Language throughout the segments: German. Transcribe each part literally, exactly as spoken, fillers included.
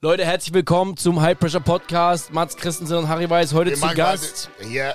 Leute, herzlich willkommen zum High Pressure Podcast. Mats Christensen und Harry Weiß heute Wir zu Gast. Ja.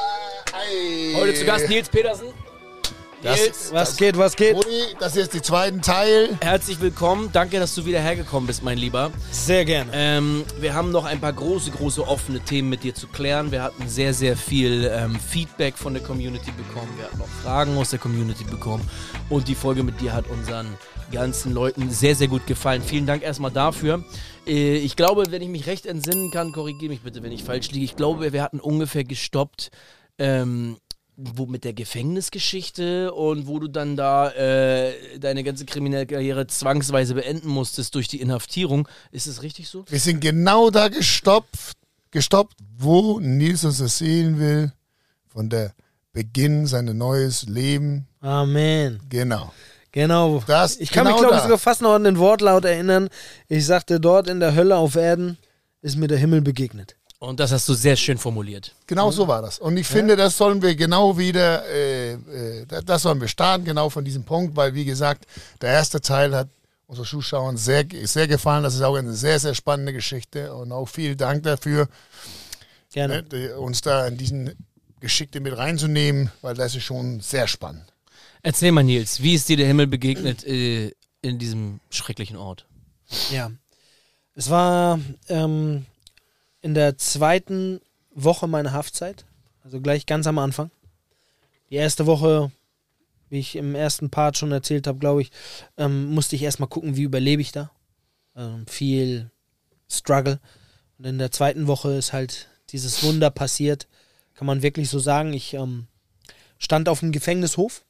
Heute zu Gast Nils Petersen. Das, Nils, das, Was geht, was geht? Rudi, das ist jetzt der zweite Teil. herzlich willkommen. Danke, dass du wieder hergekommen bist, mein Lieber. Sehr gerne. Ähm, wir haben noch ein paar große, große offene Themen mit dir zu klären. Wir hatten sehr, sehr viel ähm, Feedback von der Community bekommen. Wir hatten auch Fragen aus der Community bekommen. Und die Folge mit dir hat unseren ganzen Leuten sehr, sehr gut gefallen. Vielen Dank erstmal dafür. Äh, ich glaube, wenn ich mich recht entsinnen kann, korrigiere mich bitte, wenn ich falsch liege. Ich glaube, wir hatten ungefähr gestoppt, ähm, wo mit der Gefängnisgeschichte und wo du dann da äh, deine ganze kriminelle Karriere zwangsweise beenden musstest durch die Inhaftierung. Ist es richtig so? Wir sind genau da gestoppt, gestoppt, wo Nils uns erzählen will, von der Beginn seines neues Leben. Amen. Genau. Genau. Das, ich kann genau mich, glaube ich, da. sogar fast noch an den Wortlaut erinnern. Ich sagte, dort in der Hölle auf Erden ist mir der Himmel begegnet. Und das hast du sehr schön formuliert. Genau so war das. Und ich finde, das sollen wir genau wieder, äh, äh, das sollen wir starten, genau von diesem Punkt, weil, wie gesagt, der erste Teil hat unseren Zuschauern sehr, sehr gefallen. Das ist auch eine sehr, sehr spannende Geschichte und auch vielen Dank dafür, Gerne. ne, uns da in diesen Geschichte mit reinzunehmen, weil das ist schon sehr spannend. Erzähl mal, Nils, wie ist dir der Himmel begegnet äh, in diesem schrecklichen Ort? Ja. Es war ähm, in der zweiten Woche meiner Haftzeit, also gleich ganz am Anfang. Die erste Woche, wie ich im ersten Part schon erzählt habe, glaube ich, ähm, musste ich erstmal gucken, wie überlebe ich da. Ähm, viel Struggle. Und in der zweiten Woche ist halt dieses Wunder passiert, kann man wirklich so sagen. Ich ähm, stand auf dem Gefängnishof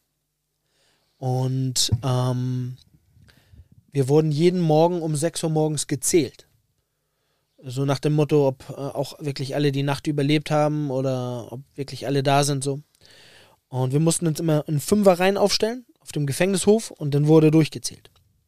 und ähm, wir wurden jeden Morgen um sechs Uhr morgens gezählt. So nach dem Motto, ob äh, auch wirklich alle die Nacht überlebt haben oder ob wirklich alle da sind. So. Und wir mussten uns immer in Fünferreihen aufstellen auf dem Gefängnishof und dann wurde durchgezählt.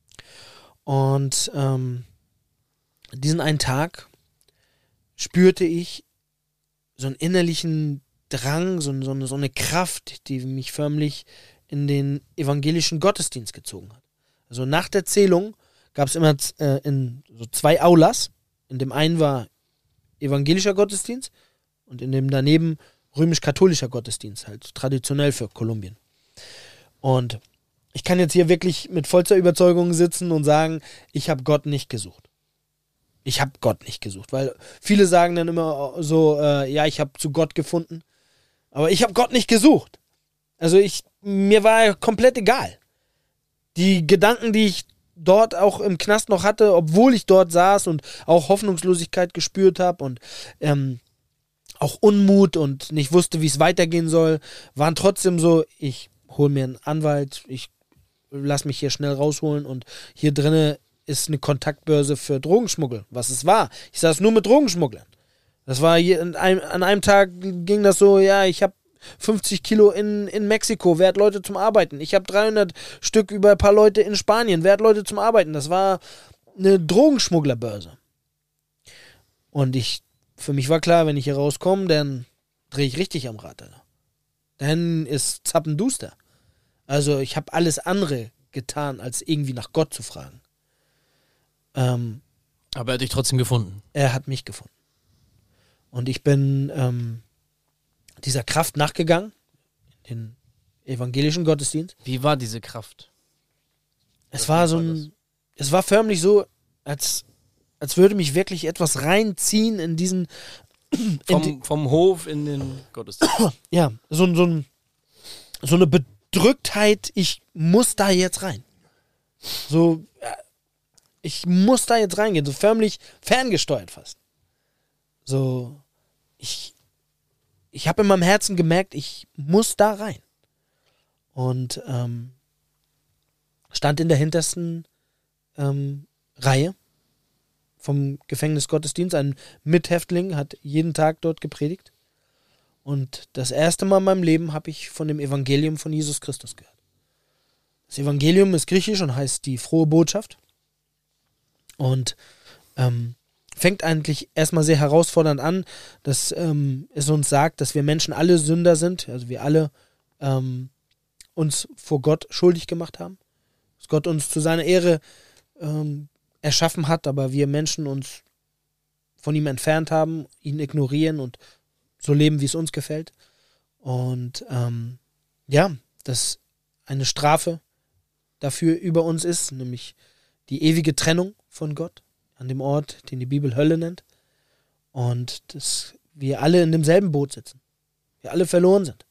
Und ähm, diesen einen Tag spürte ich so einen innerlichen Drang, so, so, eine, so eine Kraft, die mich förmlich in den evangelischen Gottesdienst gezogen hat. Also nach der Zählung gab es immer äh, in so zwei Aulas. In dem einen war evangelischer Gottesdienst und in dem daneben römisch-katholischer Gottesdienst, halt traditionell für Kolumbien. Und ich kann jetzt hier wirklich mit vollster Überzeugung sitzen und sagen, ich habe Gott nicht gesucht. Ich habe Gott nicht gesucht, weil viele sagen dann immer so, äh, ja, ich habe zu Gott gefunden, aber ich habe Gott nicht gesucht. Also ich, mir war komplett egal. Die Gedanken, die ich dort auch im Knast noch hatte, obwohl ich dort saß und auch Hoffnungslosigkeit gespürt habe und ähm, auch Unmut und nicht wusste, wie es weitergehen soll, waren trotzdem so, ich hole mir einen Anwalt, ich lass mich hier schnell rausholen und hier drinne ist eine Kontaktbörse für Drogenschmuggel, was es war. Ich saß nur mit Drogenschmugglern. Das war hier, an einem, an einem Tag ging das so, ja, ich habe fünfzig Kilo in, in Mexiko, wer hat Leute zum Arbeiten? Ich habe dreihundert Stück über ein paar Leute in Spanien, wer hat Leute zum Arbeiten? Das war eine Drogenschmugglerbörse. Und ich, für mich war klar, wenn ich hier rauskomme, dann drehe ich richtig am Rad. Alter. Dann ist zappenduster. Also ich habe alles andere getan, als irgendwie nach Gott zu fragen. Ähm, Aber er hat dich trotzdem gefunden. er hat mich gefunden. Und ich bin ähm, dieser Kraft nachgegangen, in den evangelischen Gottesdienst. Wie war diese Kraft? Es war so ein, es war förmlich so, als, als würde mich wirklich etwas reinziehen in diesen, in Vom, die, vom Hof in den Gottesdienst. ja, so, ein- so, ein, so eine Bedrücktheit, ich muss da jetzt rein. So, äh, ich muss da jetzt reingehen, so förmlich ferngesteuert fast. So, ich, ich habe in meinem Herzen gemerkt, ich muss da rein. Und ähm, stand in der hintersten ähm, Reihe vom Gefängnisgottesdienst. Ein Mithäftling hat jeden Tag dort gepredigt. Und das erste Mal in meinem Leben habe ich von dem Evangelium von Jesus Christus gehört. Das Evangelium ist griechisch und heißt die frohe Botschaft. Und ähm, fängt eigentlich erstmal sehr herausfordernd an, dass ähm, es uns sagt, dass wir Menschen alle Sünder sind, also wir alle ähm, uns vor Gott schuldig gemacht haben, dass Gott uns zu seiner Ehre ähm, erschaffen hat, aber wir Menschen uns von ihm entfernt haben, ihn ignorieren und so leben, wie es uns gefällt. Und ähm, ja, dass eine Strafe dafür über uns ist, nämlich die ewige Trennung von Gott an dem Ort, den die Bibel Hölle nennt. Und dass wir alle in demselben Boot sitzen. Wir alle verloren sind.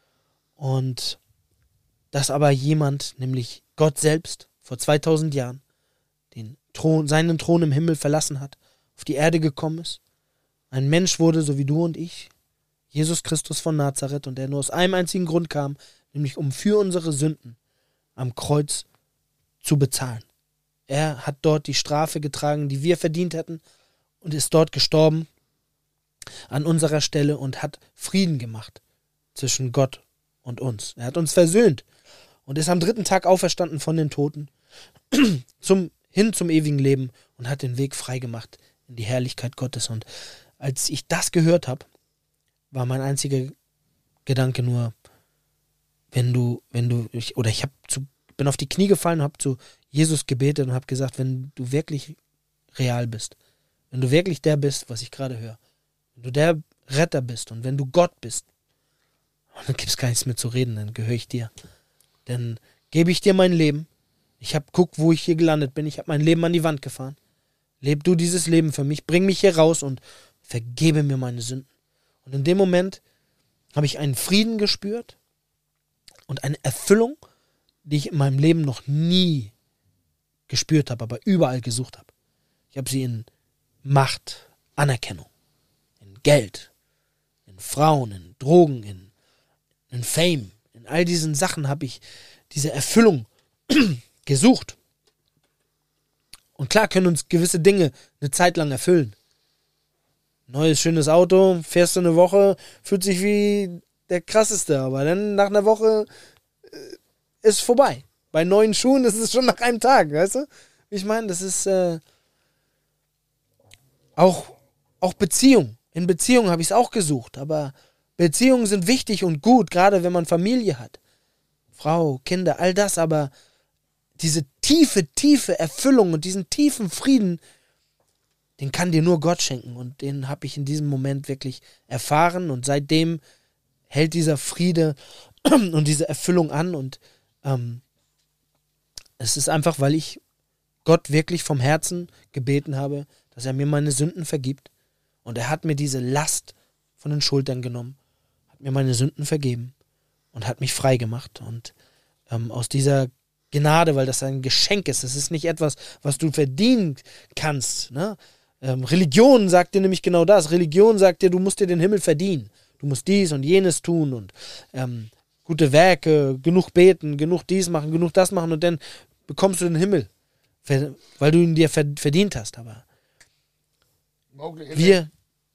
Und dass aber jemand, nämlich Gott selbst, vor zweitausend Jahren den Thron, seinen Thron im Himmel verlassen hat, auf die Erde gekommen ist, ein Mensch wurde, so wie du und ich, Jesus Christus von Nazareth, und der nur aus einem einzigen Grund kam, nämlich um für unsere Sünden am Kreuz zu bezahlen. Er hat dort die Strafe getragen, die wir verdient hätten, und ist dort gestorben an unserer Stelle und hat Frieden gemacht zwischen Gott und uns. Er hat uns versöhnt und ist am dritten Tag auferstanden von den Toten zum, hin zum ewigen Leben und hat den Weg frei gemacht in die Herrlichkeit Gottes. Und als ich das gehört habe, war mein einziger Gedanke nur, wenn du, wenn du, ich, oder ich hab zu, bin auf die Knie gefallen und habe zu Jesus gebetet und habe gesagt, wenn du wirklich real bist, wenn du wirklich der bist, was ich gerade höre, wenn du der Retter bist und wenn du Gott bist, dann gibt es gar nichts mehr zu reden, dann gehöre ich dir. Dann gebe ich dir mein Leben. Ich habe guck, wo ich hier gelandet bin. Ich habe mein Leben an die Wand gefahren. Leb du dieses Leben für mich, bring mich hier raus und vergebe mir meine Sünden. Und in dem Moment habe ich einen Frieden gespürt und eine Erfüllung, die ich in meinem Leben noch nie gespürt habe, aber überall gesucht habe. Ich habe sie in Macht, Anerkennung, in Geld, in Frauen, in Drogen, in, in Fame, in all diesen Sachen habe ich diese Erfüllung gesucht. Und klar können uns gewisse Dinge eine Zeit lang erfüllen. Neues, schönes Auto, fährst du eine Woche, fühlt sich wie der krasseste, aber dann nach einer Woche äh, ist vorbei. Bei neuen Schuhen ist es schon nach einem Tag, weißt du? Ich meine, das ist äh, auch, auch Beziehung. In Beziehung habe ich es auch gesucht, aber Beziehungen sind wichtig und gut, gerade wenn man Familie hat. Frau, Kinder, all das, aber diese tiefe, tiefe Erfüllung und diesen tiefen Frieden, den kann dir nur Gott schenken und den habe ich in diesem Moment wirklich erfahren und seitdem hält dieser Friede und diese Erfüllung an und ähm, es ist einfach, weil ich Gott wirklich vom Herzen gebeten habe, dass er mir meine Sünden vergibt und er hat mir diese Last von den Schultern genommen, hat mir meine Sünden vergeben und hat mich frei gemacht und ähm, aus dieser Gnade, weil das ein Geschenk ist, das ist nicht etwas, was du verdienen kannst, ne? Ähm, Religion sagt dir nämlich genau das. Religion sagt dir, du musst dir den Himmel verdienen. Du musst dies und jenes tun und ähm, gute Werke, genug beten, genug dies machen, genug das machen und dann bekommst du den Himmel, weil du ihn dir verdient hast. Aber wir,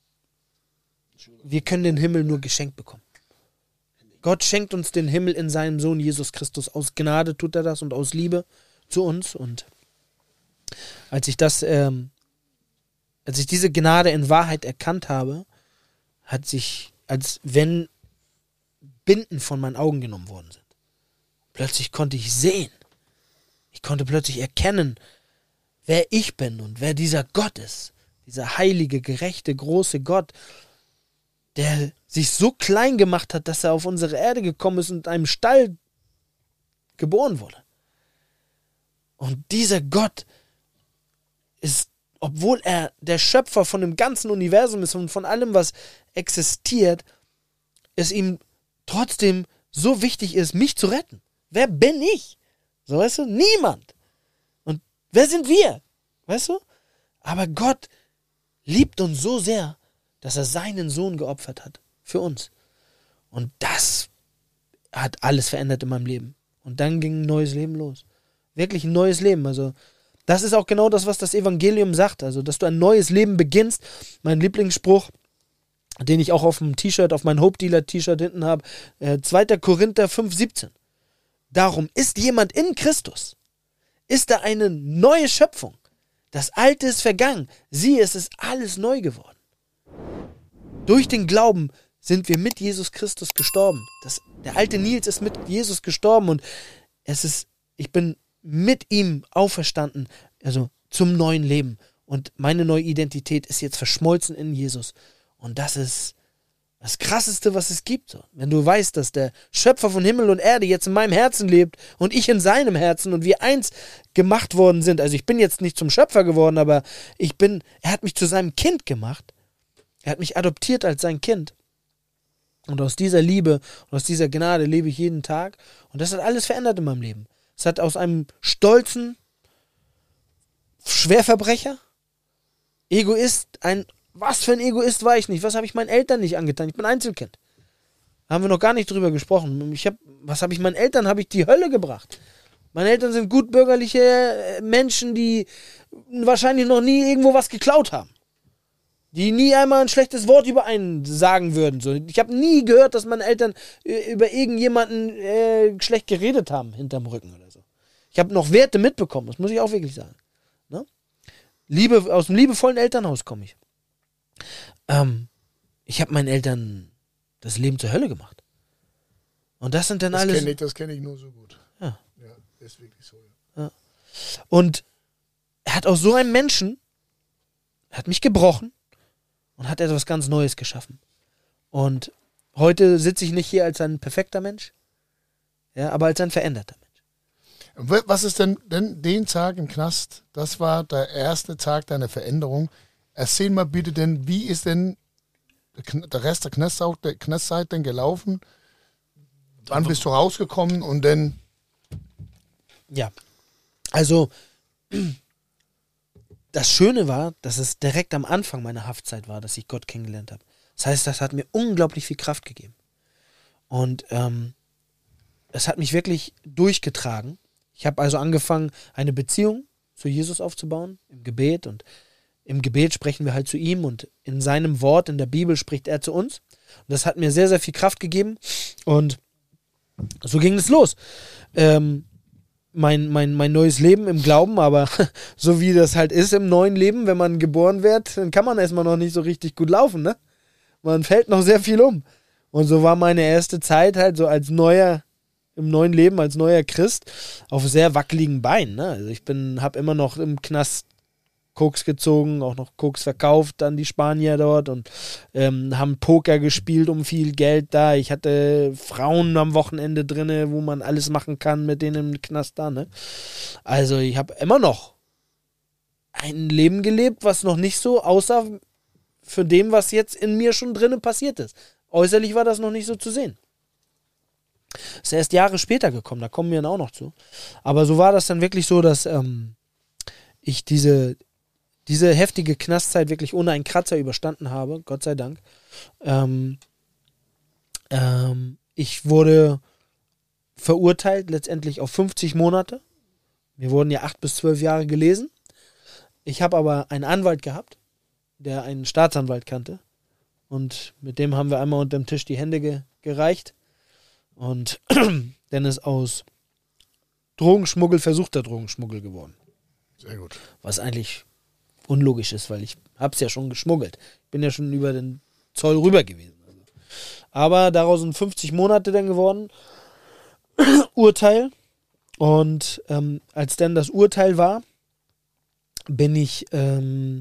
wir können den Himmel nur geschenkt bekommen. Gott schenkt uns den Himmel in seinem Sohn Jesus Christus. Aus Gnade tut er das und aus Liebe zu uns. Und als ich das ähm, Als ich diese Gnade in Wahrheit erkannt habe, hat sich, als wenn Binden von meinen Augen genommen worden sind. Plötzlich konnte ich sehen. Ich konnte plötzlich erkennen, wer ich bin und wer dieser Gott ist. Dieser heilige, gerechte, große Gott, der sich so klein gemacht hat, dass er auf unsere Erde gekommen ist und in einem Stall geboren wurde. Und dieser Gott ist, obwohl er der Schöpfer von dem ganzen Universum ist und von allem, was existiert, es ihm trotzdem so wichtig ist, mich zu retten. Wer bin ich? So, weißt du? Niemand. Und wer sind wir? Weißt du? Aber Gott liebt uns so sehr, dass er seinen Sohn geopfert hat. Für uns. Und das hat alles verändert in meinem Leben. Und dann ging ein neues Leben los. Wirklich ein neues Leben. Also das ist auch genau das, was das Evangelium sagt. Also, dass du ein neues Leben beginnst. Mein Lieblingsspruch, den ich auch auf dem T-Shirt, auf mein Hope-Dealer-T-Shirt hinten habe, äh, zweiter Korinther fünf siebzehn. Darum ist jemand in Christus, ist da eine neue Schöpfung. Das Alte ist vergangen. Siehe, es ist alles neu geworden. Durch den Glauben sind wir mit Jesus Christus gestorben. Das, der alte Nils ist mit Jesus gestorben und es ist, ich bin mit ihm auferstanden. Also zum neuen Leben. Und meine neue Identität ist jetzt verschmolzen in Jesus. Und das ist das Krasseste, was es gibt. Wenn du weißt, dass der Schöpfer von Himmel und Erde jetzt in meinem Herzen lebt und ich in seinem Herzen und wir eins gemacht worden sind. Also ich bin jetzt nicht zum Schöpfer geworden, aber ich bin, er hat mich zu seinem Kind gemacht. Er hat mich adoptiert als sein Kind. Und aus dieser Liebe und aus dieser Gnade lebe ich jeden Tag. Und das hat alles verändert in meinem Leben. Es hat aus einem stolzen Schwerverbrecher, Egoist, ein, was für ein Egoist war ich nicht, was habe ich meinen Eltern nicht angetan, ich bin Einzelkind. Da haben wir noch gar nicht drüber gesprochen. Ich hab, was habe ich meinen Eltern, habe ich die Hölle gebracht. Meine Eltern sind gutbürgerliche Menschen, die wahrscheinlich noch nie irgendwo was geklaut haben. Die nie einmal ein schlechtes Wort über einen sagen würden. So, ich habe nie gehört, dass meine Eltern über irgendjemanden äh, schlecht geredet haben, hinterm Rücken oder so. Ich habe noch Werte mitbekommen, das muss ich auch wirklich sagen. Ne? Liebe, aus einem liebevollen Elternhaus komme ich. Ähm, ich habe meinen Eltern das Leben zur Hölle gemacht. Und das sind dann das alles... Kenn ich, das kenne ich nur so gut. Ja. Ja, ist wirklich so. Ja. Und er hat aus so einem Menschen, er hat mich gebrochen, und hat etwas ganz Neues geschaffen. Und heute sitze ich nicht hier als ein perfekter Mensch, ja, aber als ein veränderter Mensch. Was ist denn, denn den Tag im Knast, das war der erste Tag deiner Veränderung. Erzähl mal bitte denn, wie ist denn der Rest der Knastzeit, der Knastzeit denn gelaufen? Wann bist du rausgekommen und dann... Ja, also... Das Schöne war, dass es direkt am Anfang meiner Haftzeit war, dass ich Gott kennengelernt habe. Das heißt, das hat mir unglaublich viel Kraft gegeben. Und ähm, es hat mich wirklich durchgetragen. Ich habe also angefangen, eine Beziehung zu Jesus aufzubauen, im Gebet. Und im Gebet sprechen wir halt zu ihm und in seinem Wort, in der Bibel spricht er zu uns. Und das hat mir sehr, sehr viel Kraft gegeben. Und so ging es los. Ähm, Mein, mein, mein neues Leben im Glauben, aber so wie das halt ist im neuen Leben, wenn man geboren wird, dann kann man erstmal noch nicht so richtig gut laufen, ne? Man fällt noch sehr viel um. Und so war meine erste Zeit halt so als neuer, im neuen Leben, als neuer Christ, auf sehr wackeligen Beinen, ne? Also ich bin, hab immer noch im Knast Koks gezogen, auch noch Koks verkauft an die Spanier dort und ähm, haben Poker gespielt um viel Geld da. Ich hatte Frauen am Wochenende drinne, wo man alles machen kann mit denen im Knast da, ne? Also ich habe immer noch ein Leben gelebt, was noch nicht so aussah für dem, was jetzt in mir schon drinnen passiert ist. Äußerlich war das noch nicht so zu sehen. Ist erst Jahre später gekommen, da kommen wir dann auch noch zu. Aber so war das dann wirklich so, dass ähm, ich diese diese heftige Knastzeit wirklich ohne einen Kratzer überstanden habe, Gott sei Dank. Ähm, ähm, ich wurde verurteilt letztendlich auf fünfzig Monate. Mir wurden ja acht bis zwölf Jahre gelesen. Ich habe aber einen Anwalt gehabt, der einen Staatsanwalt kannte. Und mit dem haben wir einmal unter dem Tisch die Hände ge- gereicht. Und dann ist aus Drogenschmuggel versuchter Drogenschmuggel geworden. Sehr gut. Was eigentlich unlogisch ist, weil ich hab's ja schon geschmuggelt. Ich bin ja schon über den Zoll rüber gewesen. Also. Aber daraus sind fünfzig Monate dann geworden. Urteil. Und ähm, als dann das Urteil war, bin ich, ähm,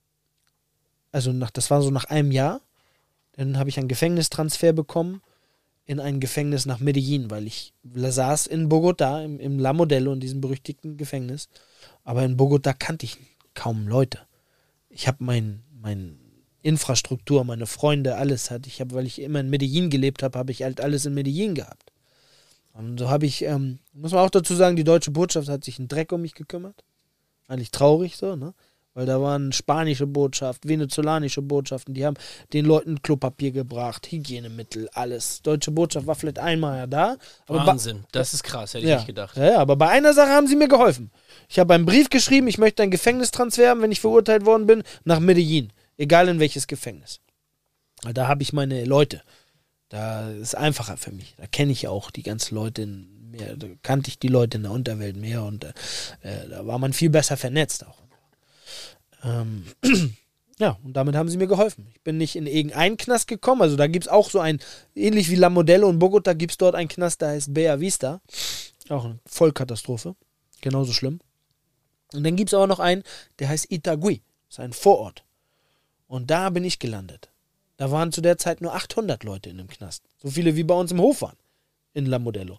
also nach, das war so nach einem Jahr, dann habe ich einen Gefängnistransfer bekommen in ein Gefängnis nach Medellin, weil ich saß in Bogotá, im, im La Modelo, in diesem berüchtigten Gefängnis. Aber in Bogotá kannte ich kaum Leute. Ich habe mein, mein Infrastruktur, meine Freunde, alles hatte ich, hab, weil ich immer in Medellin gelebt habe, habe ich halt alles in Medellin gehabt. Und so habe ich, ähm, muss man auch dazu sagen, die deutsche Botschaft hat sich einen Dreck um mich gekümmert. Eigentlich traurig so, ne? Weil da waren spanische Botschaft, venezolanische Botschaften, die haben den Leuten Klopapier gebracht, Hygienemittel, alles. Deutsche Botschaft war vielleicht einmal ja da. Aber Wahnsinn, ba- das ist krass, hätte ja, ich nicht gedacht. Ja, ja, aber bei einer Sache haben sie mir geholfen. Ich habe einen Brief geschrieben, ich möchte einen Gefängnistransfer haben, wenn ich verurteilt worden bin, nach Medellin. Egal in welches Gefängnis. Da habe ich meine Leute. Da ist einfacher für mich. Da kenne ich auch die ganzen Leute in mehr, da kannte ich die Leute in der Unterwelt mehr und äh, da war man viel besser vernetzt auch. Ähm, ja, und damit haben sie mir geholfen. Ich bin nicht in irgendeinen Knast gekommen, also da gibt es auch so ein, ähnlich wie La Modelo in Bogotá gibt es dort einen Knast, der heißt Bella Vista. Auch eine Vollkatastrophe. Genauso schlimm. Und dann gibt es aber noch einen, der heißt Itagüí. Das ist ein Vorort. Und da bin ich gelandet. Da waren zu der Zeit nur achthundert Leute in dem Knast. So viele wie bei uns im Hof waren. In La Modelo.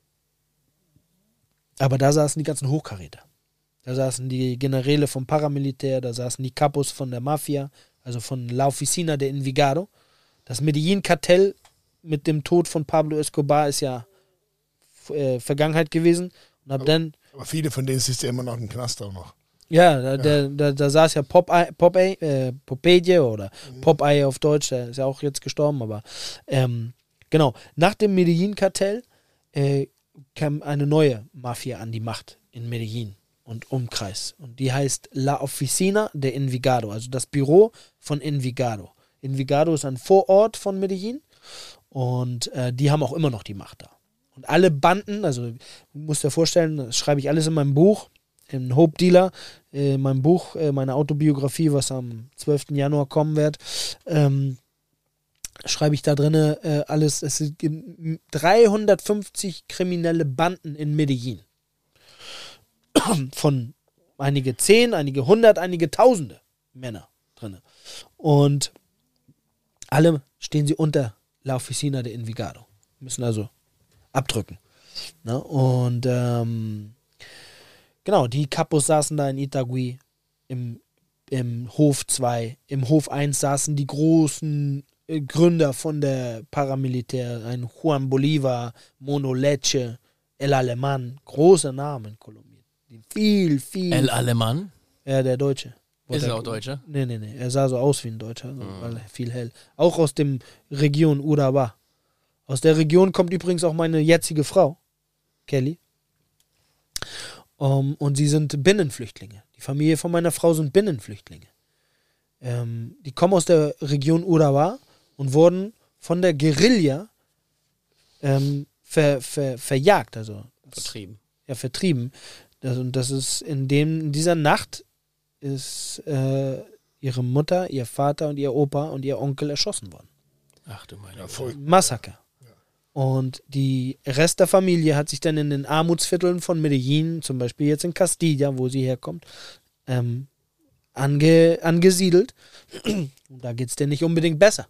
Aber da saßen die ganzen Hochkaräter. Da saßen die Generäle vom Paramilitär, da saßen die Capos von der Mafia, also von La Oficina de Envigado. Das Medellin-Kartell mit dem Tod von Pablo Escobar ist ja äh, Vergangenheit gewesen. Und ab aber, dann, aber viele von denen siehst du immer noch im Knast auch noch. ja, da, der, da, da saß ja Popeye, Popeye, äh, Popeye oder mhm. Popeye auf Deutsch, der ist ja auch jetzt gestorben, aber ähm, genau. Nach dem Medellin-Kartell äh, kam eine neue Mafia an die Macht in Medellin und Umkreis. Und die heißt La Oficina de Envigado, also das Büro von Envigado. Envigado ist ein Vorort von Medellin und äh, die haben auch immer noch die Macht da. Und alle Banden, also du musst dir vorstellen, das schreibe ich alles in meinem Buch, in Hope Dealer, äh, in meinem Buch, äh, meine Autobiografie, was am zwölften Januar kommen wird, ähm, schreibe ich da drin äh, alles. Es gibt dreihundertfünfzig kriminelle Banden in Medellin. Von einige zehn, einige hundert, einige tausende Männer drin. Und alle stehen sie unter La Oficina de Envigado. Müssen also abdrücken. Ne? Und ähm, genau, die Capos saßen da in Itagüí, im, im Hof zwei. Im Hof eins saßen die großen äh, Gründer von der Paramilitär, ein Juan Bolívar, Mono Leche, El Alemán, große Namen in Kolumbien. Die viel, viel... El Alemán? Ja, der Deutsche. Ist er auch Deutscher? Nee, nee, nee. Er sah so aus wie ein Deutscher, also mhm. weil viel hell. Auch aus dem Region Urabá. Aus der Region kommt übrigens auch meine jetzige Frau, Kelly. Um, und sie sind Binnenflüchtlinge. Die Familie von meiner Frau sind Binnenflüchtlinge. Ähm, die kommen aus der Region Urabá und wurden von der Guerilla ähm, ver, ver, verjagt, also vertrieben. Ja, vertrieben. Das, und das ist in dem, in dieser Nacht ist äh, ihre Mutter, ihr Vater und ihr Opa und ihr Onkel erschossen worden. Ach du meine Güte. Massaker. Und die Rest der Familie hat sich dann in den Armutsvierteln von Medellin, zum Beispiel jetzt in Castilla, wo sie herkommt, ähm, ange, angesiedelt. Und da geht es denen nicht unbedingt besser.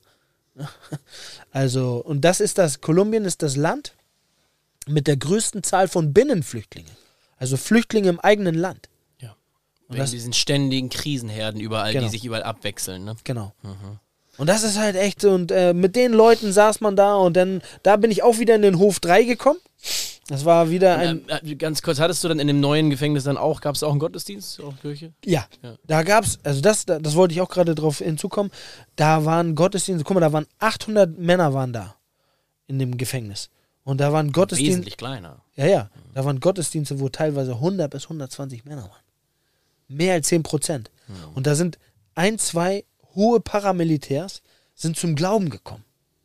Also, und das ist das, Kolumbien ist das Land mit der größten Zahl von Binnenflüchtlingen. Also Flüchtlinge im eigenen Land. Ja. Und wegen diesen ständigen Krisenherden überall, genau. die sich überall abwechseln. Ne? Genau. Mhm. Und das ist halt echt, und äh, mit den Leuten saß man da und dann, da bin ich auch wieder in den Hof drei gekommen. Das war wieder ein... Und, äh, ganz kurz, hattest du dann in dem neuen Gefängnis dann auch, gab es auch einen Gottesdienst, auch Kirche? Ja, ja. Da gab es, also das, das wollte ich auch gerade drauf hinzukommen, da waren Gottesdienste, guck mal, da waren achthundert Männer waren da in dem Gefängnis. Und da waren Gottesdienste... Wesentlich kleiner. Ja, ja, mhm. Da waren Gottesdienste, wo teilweise hundert bis hundertzwanzig Männer waren. Mehr als zehn Prozent. Mhm. Und da sind ein, zwei hohe Paramilitärs sind zum Glauben gekommen.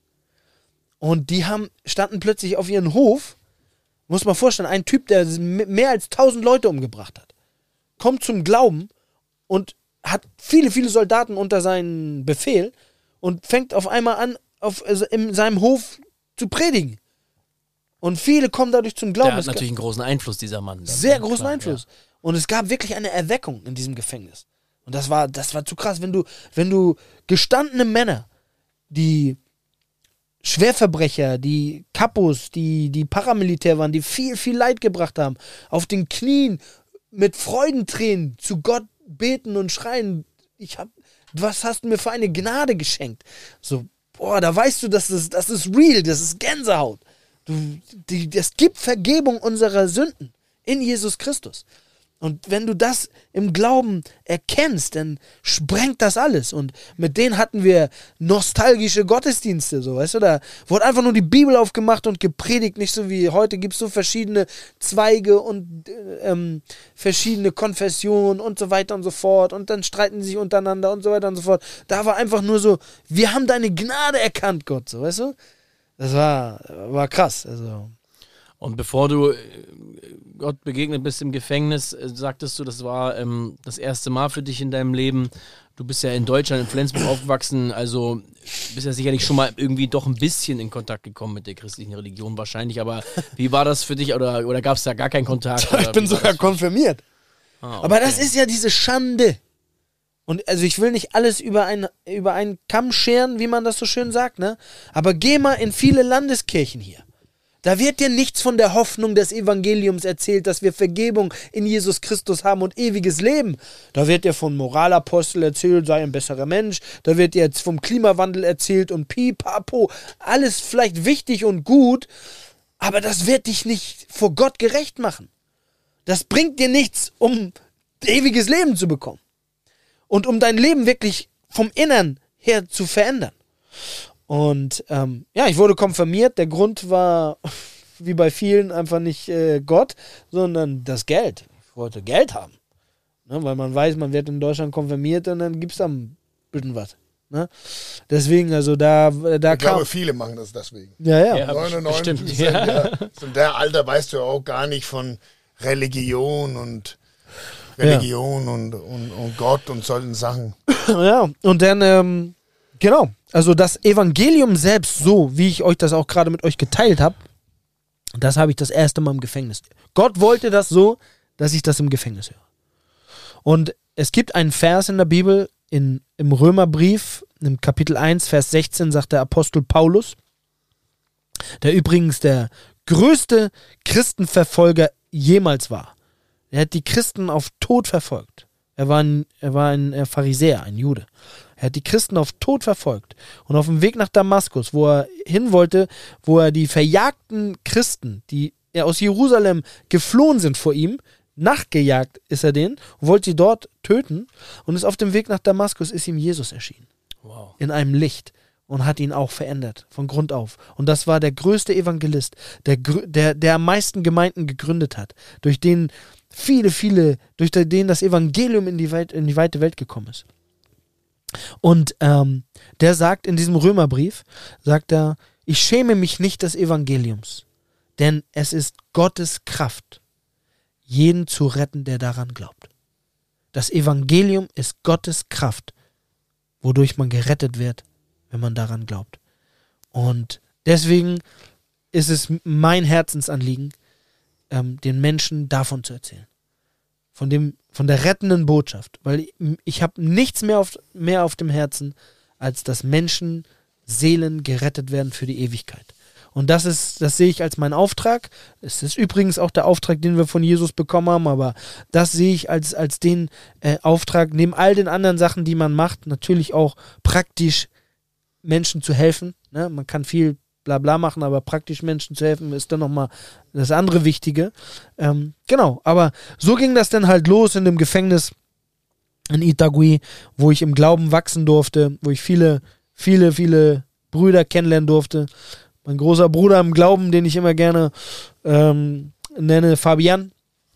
Und die haben, standen plötzlich auf ihren Hof, muss man vorstellen, ein Typ, der mehr als tausend Leute umgebracht hat, kommt zum Glauben und hat viele, viele Soldaten unter seinen Befehl und fängt auf einmal an, auf, also in seinem Hof zu predigen. Und viele kommen dadurch zum Glauben. Der hat natürlich einen großen Einfluss, dieser Mann. Sehr großen Klar, Einfluss. Ja. Und es gab wirklich eine Erweckung in diesem Gefängnis. Und das war, das war zu krass, wenn du, wenn du gestandene Männer, die Schwerverbrecher, die Kapos, die, die Paramilitär waren, die viel, viel Leid gebracht haben, auf den Knien mit Freudentränen zu Gott beten und schreien, ich hab, was hast du mir für eine Gnade geschenkt? So, boah, da weißt du, das ist, das ist real, das ist Gänsehaut. Du, die, das gibt Vergebung unserer Sünden in Jesus Christus. Und wenn du das im Glauben erkennst, dann sprengt das alles. Und mit denen hatten wir nostalgische Gottesdienste, so, weißt du, da wurde einfach nur die Bibel aufgemacht und gepredigt, nicht so wie heute gibt es so verschiedene Zweige und ähm, verschiedene Konfessionen und so weiter und so fort. Und dann streiten sie sich untereinander und so weiter und so fort. Da war einfach nur so, wir haben deine Gnade erkannt, Gott, so, weißt du? Das war, war krass, also... Und bevor du Gott begegnet bist im Gefängnis, sagtest du, das war ähm, das erste Mal für dich in deinem Leben. Du bist ja in Deutschland, in Flensburg aufgewachsen, also bist ja sicherlich schon mal irgendwie doch ein bisschen in Kontakt gekommen mit der christlichen Religion wahrscheinlich, aber wie war das für dich oder, oder gab es da gar keinen Kontakt? Ich bin sogar konfirmiert. Ah, okay. Aber das ist ja diese Schande. Und also ich will nicht alles über, ein, über einen Kamm scheren, wie man das so schön sagt, ne? Aber geh mal in viele Landeskirchen hier. Da wird dir nichts von der Hoffnung des Evangeliums erzählt, dass wir Vergebung in Jesus Christus haben und ewiges Leben. Da wird dir von Moralapostel erzählt, sei ein besserer Mensch. Da wird dir jetzt vom Klimawandel erzählt und pipapo. Alles vielleicht wichtig und gut, aber das wird dich nicht vor Gott gerecht machen. Das bringt dir nichts, um ewiges Leben zu bekommen. Und um dein Leben wirklich vom Innern her zu verändern. Und ähm, ja, ich wurde konfirmiert. Der Grund war, wie bei vielen, einfach nicht äh, Gott, sondern das Geld. Ich wollte Geld haben. Ne, weil man weiß, man wird in Deutschland konfirmiert und dann gibt es da ein bisschen was. Ne? Deswegen, also da, da ich kam... glaube, viele machen das deswegen. Ja, ja. Ja, neunundneunzig bestimmt, Prozent, ja. ja. In der Alter weißt du auch gar nicht von Religion und Religion ja. und, und, und Gott und solchen Sachen. Ja, und dann, ähm, genau, also das Evangelium selbst, so wie ich euch das auch gerade mit euch geteilt habe, das habe ich das erste Mal im Gefängnis. Gott wollte das so, dass ich das im Gefängnis höre. Und es gibt einen Vers in der Bibel, in, im Römerbrief, im Kapitel eins, Vers sechzehn, sagt der Apostel Paulus, der übrigens der größte Christenverfolger jemals war. Er hat die Christen auf Tod verfolgt. Er war ein, er war ein Pharisäer, ein Jude. Er hat die Christen auf Tod verfolgt. Und auf dem Weg nach Damaskus, wo er hin wollte, wo er die verjagten Christen, die aus Jerusalem geflohen sind vor ihm, nachgejagt ist er denen, wollte sie dort töten. Und ist auf dem Weg nach Damaskus ist ihm Jesus erschienen. Wow. In einem Licht. Und hat ihn auch verändert, von Grund auf. Und das war der größte Evangelist, der, der, der am meisten Gemeinden gegründet hat, durch den viele, viele, durch den das Evangelium in die, Welt, in die weite Welt gekommen ist. Und ähm, der sagt in diesem Römerbrief, sagt er, ich schäme mich nicht des Evangeliums, denn es ist Gottes Kraft, jeden zu retten, der daran glaubt. Das Evangelium ist Gottes Kraft, wodurch man gerettet wird, wenn man daran glaubt. Und deswegen ist es mein Herzensanliegen, ähm, den Menschen davon zu erzählen. Von dem, von der rettenden Botschaft. Weil ich, ich habe nichts mehr auf, mehr auf dem Herzen, als dass Menschen, Seelen gerettet werden für die Ewigkeit. Und das ist, das sehe ich als meinen Auftrag. Es ist übrigens auch der Auftrag, den wir von Jesus bekommen haben, aber das sehe ich als, als den äh, Auftrag, neben all den anderen Sachen, die man macht, natürlich auch praktisch Menschen zu helfen. Ne? Man kann viel Blabla machen, aber praktisch Menschen zu helfen ist dann nochmal das andere Wichtige. Ähm, genau, aber so ging das dann halt los in dem Gefängnis in Itagüí, wo ich im Glauben wachsen durfte, wo ich viele, viele, viele Brüder kennenlernen durfte. Mein großer Bruder im Glauben, den ich immer gerne ähm, nenne, Fabian.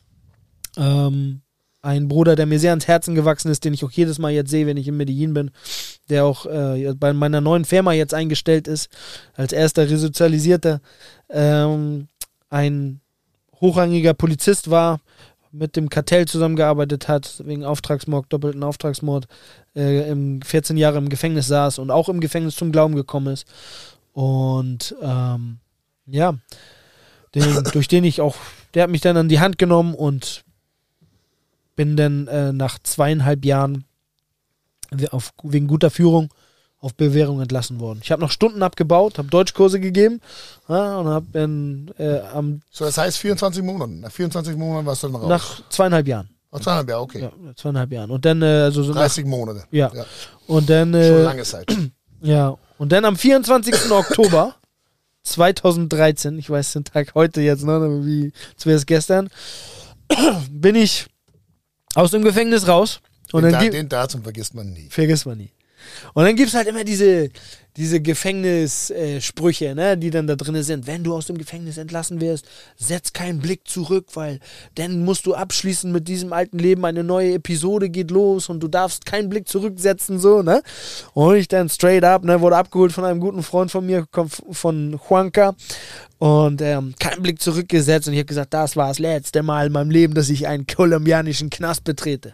Ähm, ein Bruder, der mir sehr ans Herzen gewachsen ist, den ich auch jedes Mal jetzt sehe, wenn ich in Medellin bin, der auch äh, bei meiner neuen Firma jetzt eingestellt ist, als erster Resozialisierter, ähm, ein hochrangiger Polizist war, mit dem Kartell zusammengearbeitet hat, wegen Auftragsmord, doppelten Auftragsmord, äh, im vierzehn Jahre im Gefängnis saß und auch im Gefängnis zum Glauben gekommen ist. Und ähm, ja, den, durch den ich auch, der hat mich dann an die Hand genommen und bin dann äh, nach zweieinhalb Jahren auf, wegen guter Führung auf Bewährung entlassen worden. Ich habe noch Stunden abgebaut, habe Deutschkurse gegeben ja, und habe dann äh, am... So, das heißt vierundzwanzig Monate. Nach vierundzwanzig Monaten warst du dann raus? Nach zweieinhalb Jahren. Nach zweieinhalb Jahren, okay. Ja, zweieinhalb Jahren. Und dann... Äh, also so dreißig nach, Monate. Ja. ja. Und dann... Äh, Schon lange Zeit. Ja. Und dann am vierundzwanzigsten Oktober zweitausenddreizehn, ich weiß den Tag heute jetzt, ne, wie als wäre es gestern, bin ich aus dem Gefängnis raus. Und den, dann da, den Datum vergisst man nie. Vergisst man nie. Und dann gibt es halt immer diese, diese Gefängnissprüche, äh, ne, die dann da drin sind. Wenn du aus dem Gefängnis entlassen wirst, setz keinen Blick zurück, weil dann musst du abschließen mit diesem alten Leben. Eine neue Episode geht los und du darfst keinen Blick zurücksetzen, so, ne. Und ich dann straight up, ne, wurde abgeholt von einem guten Freund von mir, von Juanca. Und ähm, keinen Blick zurückgesetzt und ich habe gesagt, das war das letzte Mal in meinem Leben, dass ich einen kolumbianischen Knast betrete.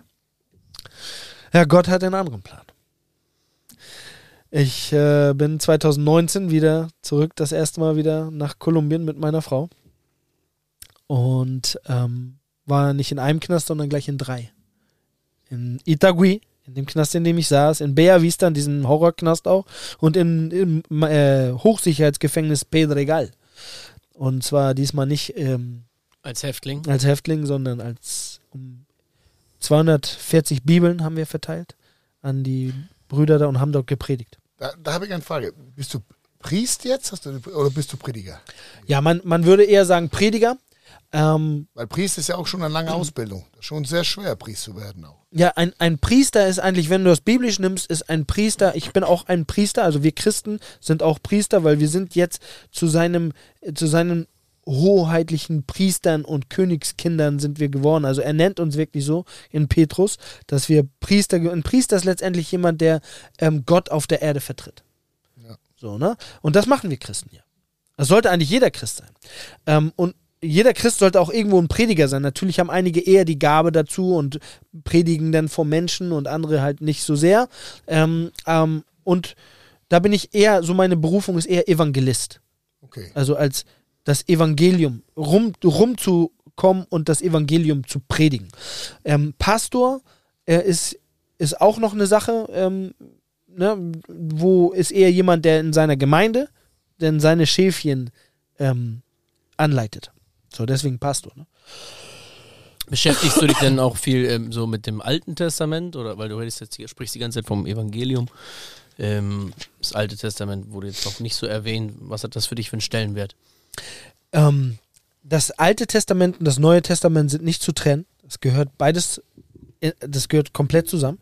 Ja, Gott hat einen anderen Plan. Ich äh, bin zweitausendneunzehn wieder zurück, das erste Mal wieder nach Kolumbien mit meiner Frau. Und ähm, war nicht in einem Knast, sondern gleich in drei. In Itagüí, in dem Knast, in dem ich saß, in Bella Vista, in diesem Horrorknast auch, und in, im äh, Hochsicherheitsgefängnis Pedregal. Und zwar diesmal nicht ähm, als Häftling, als Häftling, sondern als um zweihundertvierzig Bibeln haben wir verteilt an die Brüder da und haben dort gepredigt. Da, da habe ich eine Frage. Bist du Priest jetzt hast du, oder bist du Prediger? Ja, man, man würde eher sagen Prediger. Ähm, Weil Priest ist ja auch schon eine lange Ausbildung. Das ist schon sehr schwer, Priest zu werden auch. Ja, ein, ein Priester ist eigentlich, wenn du das biblisch nimmst, ist ein Priester, ich bin auch ein Priester, also wir Christen sind auch Priester, weil wir sind jetzt zu seinem, zu seinen hoheitlichen Priestern und Königskindern sind wir geworden. Also er nennt uns wirklich so in Petrus, dass wir Priester, ein Priester ist letztendlich jemand, der ähm, Gott auf der Erde vertritt. Ja. So, ne? Und das machen wir Christen hier. Das sollte eigentlich jeder Christ sein. Ähm, und jeder Christ sollte auch irgendwo ein Prediger sein. Natürlich haben einige eher die Gabe dazu und predigen dann vor Menschen und andere halt nicht so sehr. Ähm, ähm, und da bin ich eher, so meine Berufung ist eher Evangelist. Okay. Also als das Evangelium rum, rumzukommen und das Evangelium zu predigen. Ähm, Pastor äh, ist, ist auch noch eine Sache, ähm, ne, wo ist eher jemand, der in seiner Gemeinde denn seine Schäfchen ähm, anleitet. So, deswegen Pastor. Ne? Beschäftigst du dich denn auch viel ähm, so mit dem Alten Testament? Oder weil du redest jetzt, sprichst die ganze Zeit vom Evangelium. Ähm, das Alte Testament wurde jetzt noch nicht so erwähnt. Was hat das für dich für einen Stellenwert? Ähm, das Alte Testament und das Neue Testament sind nicht zu trennen. Das gehört beides, das gehört komplett zusammen.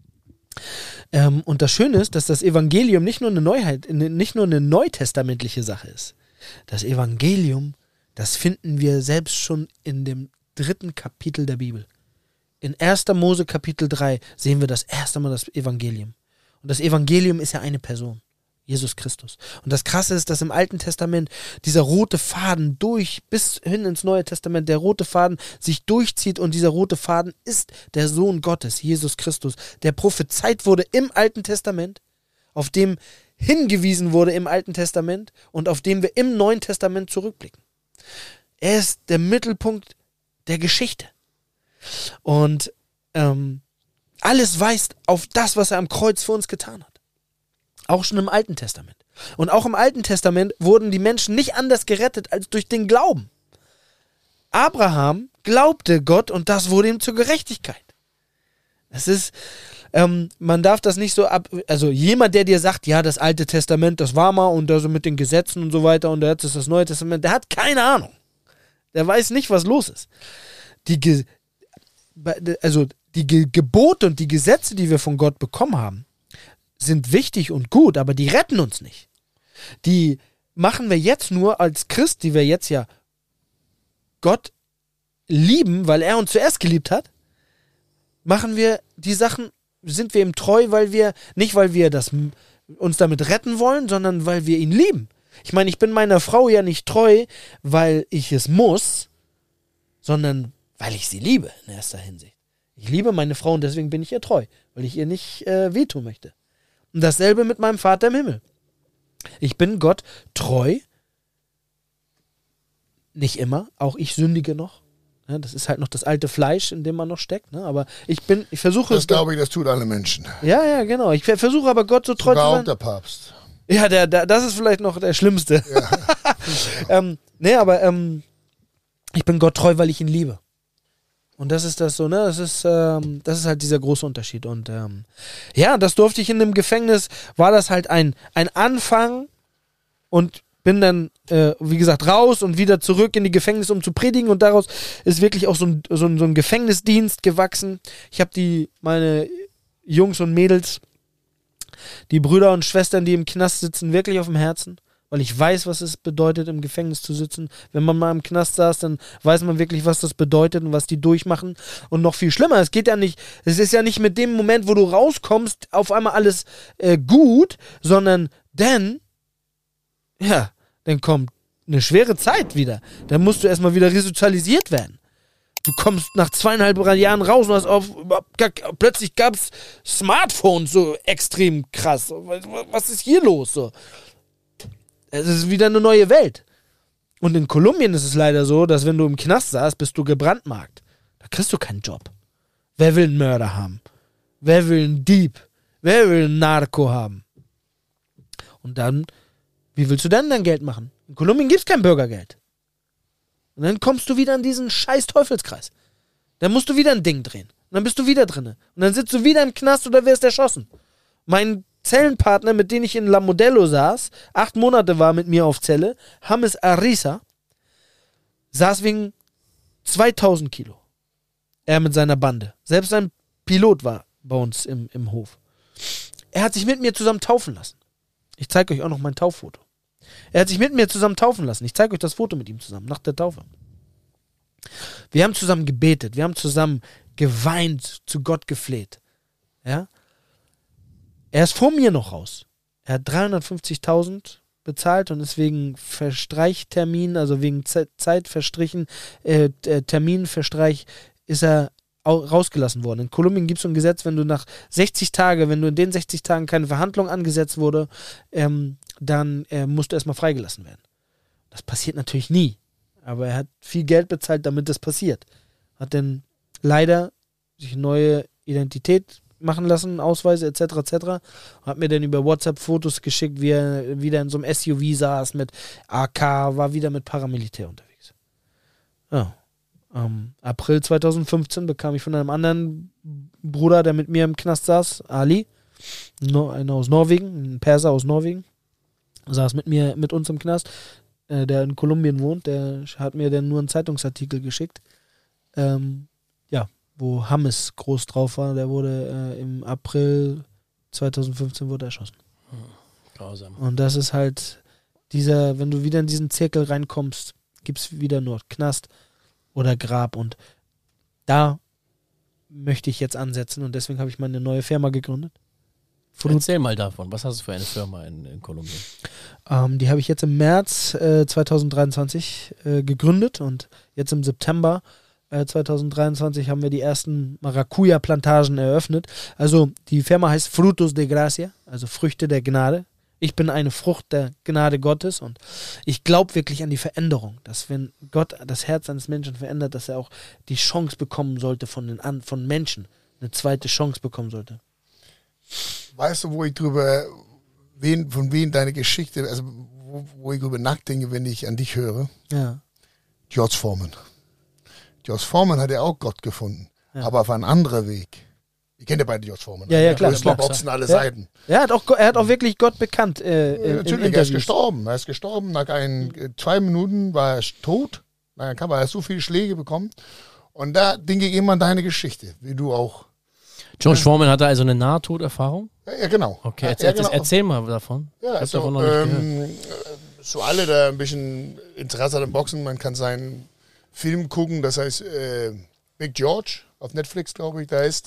Ähm, und das Schöne ist, dass das Evangelium nicht nur eine Neuheit, nicht nur eine neutestamentliche Sache ist. Das Evangelium, das finden wir selbst schon in dem dritten Kapitel der Bibel. In erster Mose Kapitel drei sehen wir das erste Mal das Evangelium. Und das Evangelium ist ja eine Person, Jesus Christus. Und das Krasse ist, dass im Alten Testament dieser rote Faden durch, bis hin ins Neue Testament, der rote Faden sich durchzieht und dieser rote Faden ist der Sohn Gottes, Jesus Christus, der prophezeit wurde im Alten Testament, auf dem hingewiesen wurde im Alten Testament und auf dem wir im Neuen Testament zurückblicken. Er ist der Mittelpunkt der Geschichte. Und ähm, alles weist auf das, was er am Kreuz für uns getan hat. Auch schon im Alten Testament. Und auch im Alten Testament wurden die Menschen nicht anders gerettet als durch den Glauben. Abraham glaubte Gott und das wurde ihm zur Gerechtigkeit. Das ist, ähm, man darf das nicht so ab, also jemand, der dir sagt, ja, das Alte Testament, das war mal und also mit den Gesetzen und so weiter und jetzt ist das Neue Testament, der hat keine Ahnung. Der weiß nicht, was los ist. Die, Ge- also die Ge- Gebote und die Gesetze, die wir von Gott bekommen haben, sind wichtig und gut, aber die retten uns nicht. Die machen wir jetzt nur als Christ, die wir jetzt ja Gott lieben, weil er uns zuerst geliebt hat, machen wir die Sachen, sind wir ihm treu, weil wir, nicht weil wir das, uns damit retten wollen, sondern weil wir ihn lieben. Ich meine, ich bin meiner Frau ja nicht treu, weil ich es muss, sondern weil ich sie liebe in erster Hinsicht. Ich liebe meine Frau und deswegen bin ich ihr treu, weil ich ihr nicht äh, wehtun möchte. Und dasselbe mit meinem Vater im Himmel. Ich bin Gott treu, nicht immer, auch ich sündige noch. Ja, das ist halt noch das alte Fleisch, in dem man noch steckt. Ne? Aber ich bin, ich versuche... Das glaube ich, das tut alle Menschen. Ja, ja, genau. Ich versuche aber Gott so treu Sogar zu sein. auch der Papst. Ja, der, der, das ist vielleicht noch der Schlimmste. Ja. ähm, nee, aber ähm, ich bin Gott treu, weil ich ihn liebe. Und das ist das so, ne? Das ist, ähm, das ist halt dieser große Unterschied. Und ähm, ja, das durfte ich in dem Gefängnis, war das halt ein, ein Anfang und bin dann, äh, wie gesagt, raus und wieder zurück in die Gefängnis, um zu predigen. Und daraus ist wirklich auch so ein, so ein, so ein Gefängnisdienst gewachsen. Ich habe die, meine Jungs und Mädels, die Brüder und Schwestern, die im Knast sitzen, wirklich auf dem Herzen, weil ich weiß, was es bedeutet, im Gefängnis zu sitzen. Wenn man mal im Knast saß, dann weiß man wirklich, was das bedeutet und was die durchmachen. Und noch viel schlimmer, es geht ja nicht, es ist ja nicht mit dem Moment, wo du rauskommst, auf einmal alles äh, gut, sondern dann, ja, dann kommt eine schwere Zeit wieder. Dann musst du erstmal wieder resozialisiert werden. Du kommst nach zweieinhalb Jahren raus und hast auf, plötzlich gab es Smartphones so extrem krass. Was ist hier los? So? Es ist wieder eine neue Welt. Und in Kolumbien ist es leider so, dass wenn du im Knast saßt, bist du gebrandmarkt. Da kriegst du keinen Job. Wer will einen Mörder haben? Wer will einen Dieb? Wer will einen Narko haben? Und dann, wie willst du dann dein Geld machen? In Kolumbien gibt es kein Bürgergeld. Und dann kommst du wieder in diesen scheiß Teufelskreis. Dann musst du wieder ein Ding drehen. Und dann bist du wieder drinne. Und dann sitzt du wieder im Knast oder wirst erschossen. Mein Zellenpartner, mit dem ich in La Modelo saß, acht Monate war mit mir auf Zelle, James Ariza, saß wegen zweitausend Kilo. Er mit seiner Bande. Selbst sein Pilot war bei uns im, im Hof. Er hat sich mit mir zusammen taufen lassen. Ich zeige euch auch noch mein Tauffoto. Er hat sich mit mir zusammen taufen lassen. Ich zeige euch das Foto mit ihm zusammen, nach der Taufe. Wir haben zusammen gebetet. Wir haben zusammen geweint, zu Gott gefleht. Ja? Er ist vor mir noch raus. Er hat dreihundertfünfzigtausend bezahlt und ist wegen Verstreichtermin, also wegen Ze- Zeit verstrichen, äh, Terminverstreich, ist er rausgelassen worden. In Kolumbien gibt es so ein Gesetz, wenn du nach sechzig Tagen, wenn du in den sechzig Tagen keine Verhandlung angesetzt wurde, ähm, dann äh, musst du erstmal freigelassen werden. Das passiert natürlich nie. Aber er hat viel Geld bezahlt, damit das passiert. Hat dann leider sich eine neue Identität machen lassen, Ausweise et cetera et cetera. Hat mir dann über WhatsApp Fotos geschickt, wie er wieder in so einem S U V saß mit A K, war wieder mit Paramilitär unterwegs. Ja. Im April zweitausendfünfzehn bekam ich von einem anderen Bruder, der mit mir im Knast saß, Ali, no, einer aus Norwegen, ein Perser aus Norwegen, saß mit mir, mit uns im Knast, äh, der in Kolumbien wohnt, der hat mir dann nur einen Zeitungsartikel geschickt, ähm, ja, wo James groß drauf war, der wurde äh, im April zweitausendfünfzehn wurde erschossen. Hm, grausam. Und das ist halt dieser, wenn du wieder in diesen Zirkel reinkommst, gibt es wieder nur Knast oder Grab und da möchte ich jetzt ansetzen und deswegen habe ich meine neue Firma gegründet. Fruit. Erzähl mal davon, was hast du für eine Firma in, in Kolumbien? Ähm, die habe ich jetzt im März äh, zweitausenddreiundzwanzig äh, gegründet und jetzt im September äh, zweitausenddreiundzwanzig haben wir die ersten Maracuja-Plantagen eröffnet. Also die Firma heißt Frutos de Gracia, also Früchte der Gnade. Ich bin eine Frucht der Gnade Gottes und ich glaube wirklich an die Veränderung, dass wenn Gott das Herz eines Menschen verändert, dass er auch die Chance bekommen sollte von den An- von Menschen, eine zweite Chance bekommen sollte. Weißt du, wo ich drüber, wen, von wem deine Geschichte, also wo, wo ich drüber nachdenke, wenn ich an dich höre? Ja. George Foreman. George Foreman hat ja auch Gott gefunden, Ja. aber auf einen anderen Weg. Ihr kennt ja beide George Foreman. Ja, ja, klar, Wrestler, klar. Boxen, alle Ja. Seiten. Er hat auch, er hat auch wirklich Gott bekannt. Äh, Ja, in, in natürlich, er ist Interviews. gestorben. Er ist gestorben. Nach ein, äh, zwei Minuten war er tot. Dann kam er, er hat so viele Schläge bekommen. Und da denke ich immer an deine Geschichte, wie du auch. George Foreman hatte also eine Nahtoderfahrung? Ja, ja genau. Okay, ja, erzähl, ja, genau. erzähl mal davon. Ja, ich hab also, davon noch nicht gehört. ähm, so alle, der ein bisschen Interesse hat am Boxen, man kann seinen Film gucken, das heißt äh, Big George auf Netflix, glaube ich, da ist.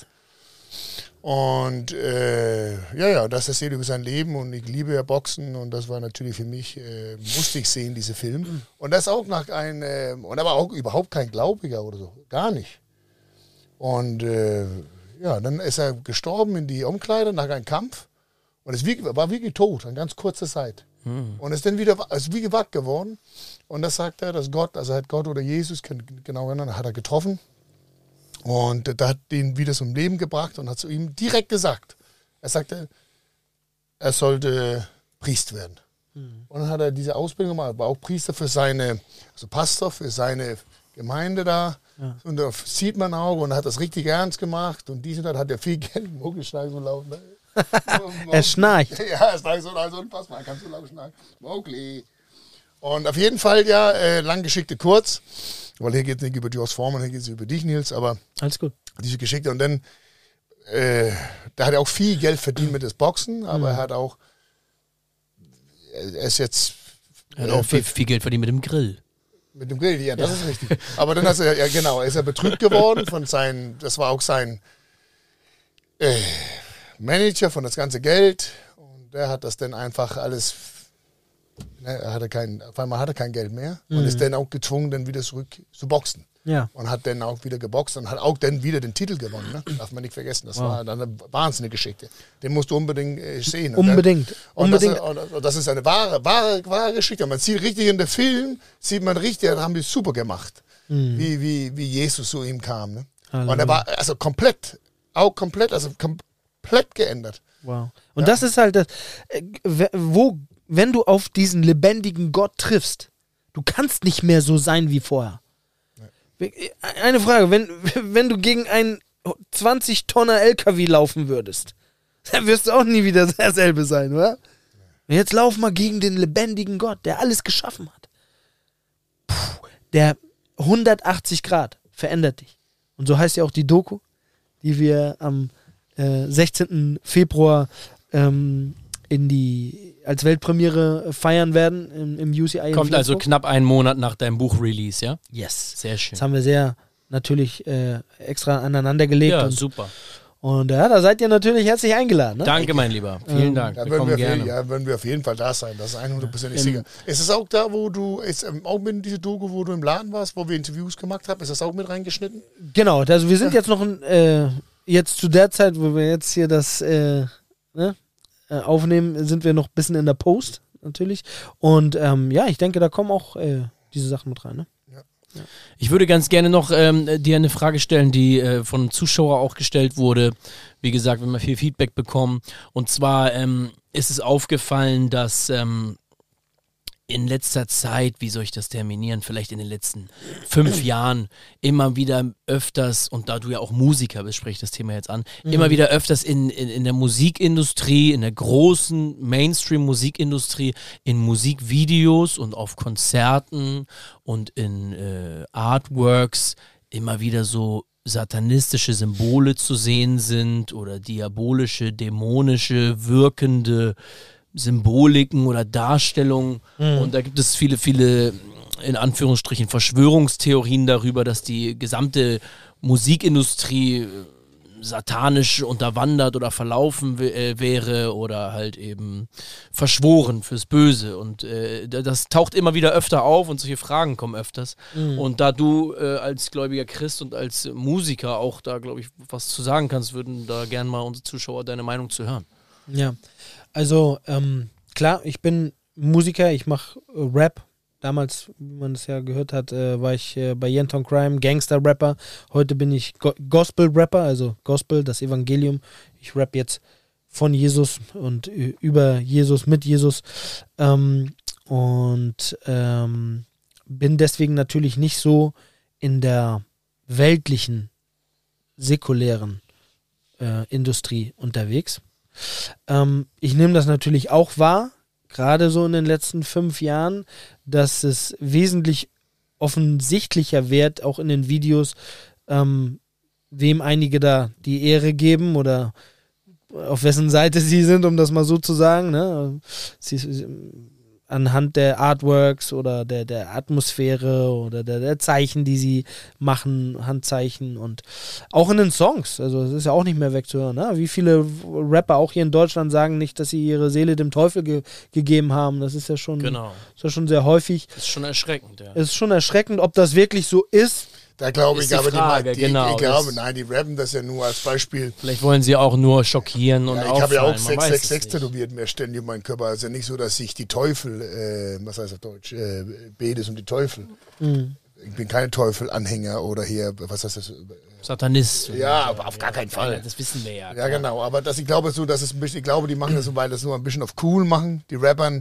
Und äh, ja, ja, das erzählt über sein Leben und ich liebe ja Boxen und das war natürlich für mich, äh, musste ich sehen, diese Film. Und das auch nach einem, äh, und aber auch überhaupt kein Gläubiger oder so, gar nicht. Und äh, ja, dann ist er gestorben in die Umkleide nach einem Kampf und es wie, war wirklich tot, eine ganz kurze Zeit. Hm. Und ist dann wieder, ist wie gewackt geworden und das sagt er, dass Gott, also hat Gott oder Jesus, kann genau erinnern, hat er getroffen. Und da hat ihn wieder zum Leben gebracht und hat zu ihm direkt gesagt, er sagte, er sollte Priester werden. Mhm. Und dann hat er diese Ausbildung gemacht, war auch Priester für seine, also Pastor für seine Gemeinde da. Ja. Und da sieht man auch und hat das richtig ernst gemacht und dies und das hat er viel Geld im Mogelschlag so laut. Ne? Er schnarcht. Ja, er schnarcht so, also unfassbar, kannst du laut schnarchen. Mowgli. Und auf jeden Fall, ja, äh, lang Geschichte kurz. Weil hier geht es nicht über George Foreman, hier geht es über dich, Nils, aber alles gut. Diese Geschichte. Und dann, äh, da hat er auch viel Geld verdient mit dem Boxen, aber mhm. er hat auch, er ist jetzt... Er hat auch viel, viel Geld verdient mit dem Grill. Mit dem Grill, ja, das ja. ist richtig. Aber dann ist er, ja genau, er ist er betrügt geworden von seinem, das war auch sein äh, Manager von das ganze Geld. Und der hat das dann einfach alles... Er hatte kein, auf einmal hatte er kein Geld mehr und mhm. ist dann auch gezwungen, dann wieder zurück zu boxen. Ja. Und hat dann auch wieder geboxt und hat auch dann wieder den Titel gewonnen. Ne? Darf man nicht vergessen. Das wow. war dann eine wahnsinnige Geschichte. Den musst du unbedingt äh, sehen. Unbedingt. Und, unbedingt. Das, und, und das ist eine wahre, wahre, wahre Geschichte. Man sieht richtig in der Film, sieht man richtig, das haben die super gemacht. mhm. wie, wie, wie Jesus zu ihm kam. Ne? Und er war also komplett, auch komplett, also komplett geändert. Wow. Und ja. das ist halt das, wo, wenn du auf diesen lebendigen Gott triffst, du kannst nicht mehr so sein wie vorher. Ja. Eine Frage, wenn, wenn du gegen einen zwanzig Tonner L K W laufen würdest, dann wirst du auch nie wieder derselbe sein, oder? Und jetzt lauf mal gegen den lebendigen Gott, der alles geschaffen hat. Puh, der hundertachtzig Grad verändert dich. Und so heißt ja auch die Doku, die wir am äh, sechzehnten Februar ähm, in die, als Weltpremiere feiern werden im, im U C I. Kommt also knapp einen Monat nach deinem Buch-Release, ja? Yes. Sehr schön. Das haben wir sehr natürlich äh, extra aneinander gelegt. Ja, und, super. Und ja, da seid ihr natürlich herzlich eingeladen. Ne? Danke, mein Lieber. Vielen ähm, Dank. Da wir würden kommen wir gerne. Viel, ja, würden wir auf jeden Fall da sein. Das ist hundertprozentig ja. sicher. Ist es auch da, wo du, ist ähm, auch mit dieser Doku, wo du im Laden warst, wo wir Interviews gemacht haben, ist das auch mit reingeschnitten? Genau, also wir sind ja. jetzt noch ein, äh, jetzt zu der Zeit, wo wir jetzt hier das äh, ne, äh, aufnehmen, sind wir noch ein bisschen in der Post natürlich. Und ähm, ja, ich denke, da kommen auch äh, diese Sachen mit rein. Ne? Ja. Ja. Ich würde ganz gerne noch ähm, dir eine Frage stellen, die äh, von Zuschauern auch gestellt wurde. Wie gesagt, wenn wir viel Feedback bekommen. Und zwar ähm, ist es aufgefallen, dass ähm, in letzter Zeit, wie soll ich das terminieren, vielleicht in den letzten fünf Jahren immer wieder öfters, und da du ja auch Musiker bist, spreche ich das Thema jetzt an, mhm. immer wieder öfters in, in, in der Musikindustrie, in der großen Mainstream-Musikindustrie, in Musikvideos und auf Konzerten und in äh, Artworks immer wieder so satanistische Symbole zu sehen sind oder diabolische, dämonische, wirkende Symboliken oder Darstellungen. Mhm. Und da gibt es viele, viele, in Anführungsstrichen, Verschwörungstheorien darüber, dass die gesamte Musikindustrie satanisch unterwandert oder verlaufen w- wäre oder halt eben verschworen fürs Böse. Und äh, das taucht immer wieder öfter auf und solche Fragen kommen öfters. Mhm. Und da du äh, als gläubiger Christ und als Musiker auch da, glaube ich, was zu sagen kannst, würden da gerne mal unsere Zuschauer deine Meinung zu hören. Ja, also ähm, klar, ich bin Musiker, ich mache äh, Rap. Damals, wie man es ja gehört hat, äh, war ich äh, bei Yenton Crime, Gangster-Rapper. Heute bin ich Go- Gospel-Rapper, also Gospel, das Evangelium. Ich rap jetzt von Jesus und äh, über Jesus, mit Jesus. Ähm, und ähm, bin deswegen natürlich nicht so in der weltlichen, säkulären äh, Industrie unterwegs. Ähm, ich nehme das natürlich auch wahr, gerade so in den letzten fünf Jahren, dass es wesentlich offensichtlicher wird, auch in den Videos, ähm, wem einige da die Ehre geben oder auf wessen Seite sie sind, um das mal so zu sagen. Ne? Sie, sie, anhand der Artworks oder der, der Atmosphäre oder der, der Zeichen, die sie machen, Handzeichen und auch in den Songs, also es ist ja auch nicht mehr wegzuhören, ne? Wie viele Rapper auch hier in Deutschland sagen nicht, dass sie ihre Seele dem Teufel ge- gegeben haben, das ist ja schon, genau. ist ja schon sehr häufig. Das ist schon erschreckend, ja. Es ist schon erschreckend, ob das wirklich so ist. Da glaube ich, aber Frage, die, die, genau, ich glaube, nein, die rappen das ja nur als Beispiel. Vielleicht wollen sie auch nur schockieren und ja, ich auffallen. habe ja auch sechs sechs sechs tätowiert mir ständig in meinen Körper. Also ja nicht so, dass ich die Teufel, äh, was heißt auf Deutsch, äh, betes um die Teufel. Mhm. Ich bin kein Teufelanhänger oder hier, was heißt das? Satanist. Ja, aber auf gar keinen Fall. Das wissen wir ja. Ja, klar. genau. Aber das, ich glaube so, dass es ein bisschen, ich glaube, die machen das so, weil das nur ein bisschen auf cool machen, die Rappern.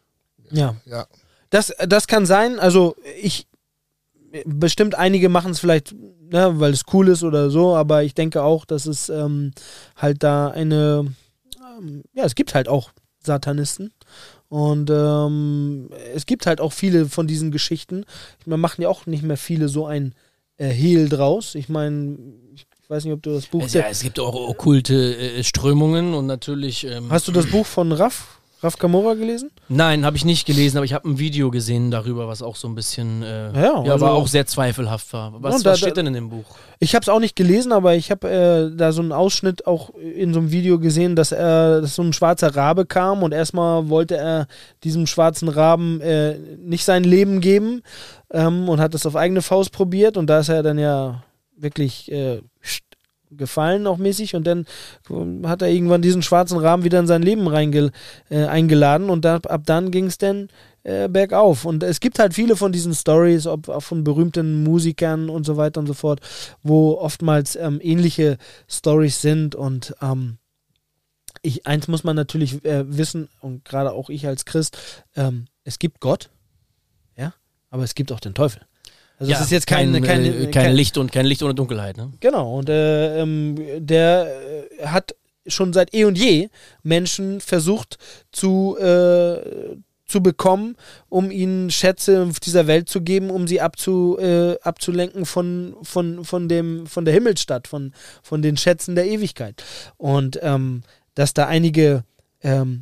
Ja. Ja. Das, das kann sein. Also ich bestimmt einige machen es vielleicht, ne, weil es cool ist oder so, aber ich denke auch, dass es ähm, halt da eine, ähm, ja, es gibt halt auch Satanisten und ähm, es gibt halt auch viele von diesen Geschichten. Man machen ja auch nicht mehr viele so ein äh, Hehl draus. Ich meine, ich weiß nicht, ob du das Buch... Es, ja, es gibt auch okkulte äh, Strömungen und natürlich... Ähm, Hast du das Buch von Raf? Raf Kamora gelesen? Nein, habe ich nicht gelesen, aber ich habe ein Video gesehen darüber, was auch so ein bisschen, äh, ja, ja, also, aber auch sehr zweifelhaft war. Was, ja, da, was steht denn in dem Buch? Ich habe es auch nicht gelesen, aber ich habe äh, da so einen Ausschnitt auch in so einem Video gesehen, dass er, dass so ein schwarzer Rabe kam und erstmal wollte er diesem schwarzen Raben äh, nicht sein Leben geben ähm, und hat das auf eigene Faust probiert und da ist er dann ja wirklich äh, gefallen auch mäßig und dann hat er irgendwann diesen schwarzen Raben wieder in sein Leben reinge, äh, eingeladen und da, ab dann ging es dann äh, bergauf. Und es gibt halt viele von diesen Stories, ob auch von berühmten Musikern und so weiter und so fort, wo oftmals ähm, ähnliche Stories sind. Und ähm, ich, eins muss man natürlich äh, wissen, und gerade auch ich als Christ, ähm, es gibt Gott, ja, aber es gibt auch den Teufel. Also ja, es ist jetzt kein, kein, keine, äh, kein, kein Licht und kein Licht ohne Dunkelheit, ne? Genau, und äh, ähm, der äh, hat schon seit eh und je Menschen versucht zu, äh, zu bekommen, um ihnen Schätze auf dieser Welt zu geben, um sie abzu, äh, abzulenken von, von, von, dem, von der Himmelsstadt, von, von den Schätzen der Ewigkeit. Und ähm, dass da einige ähm,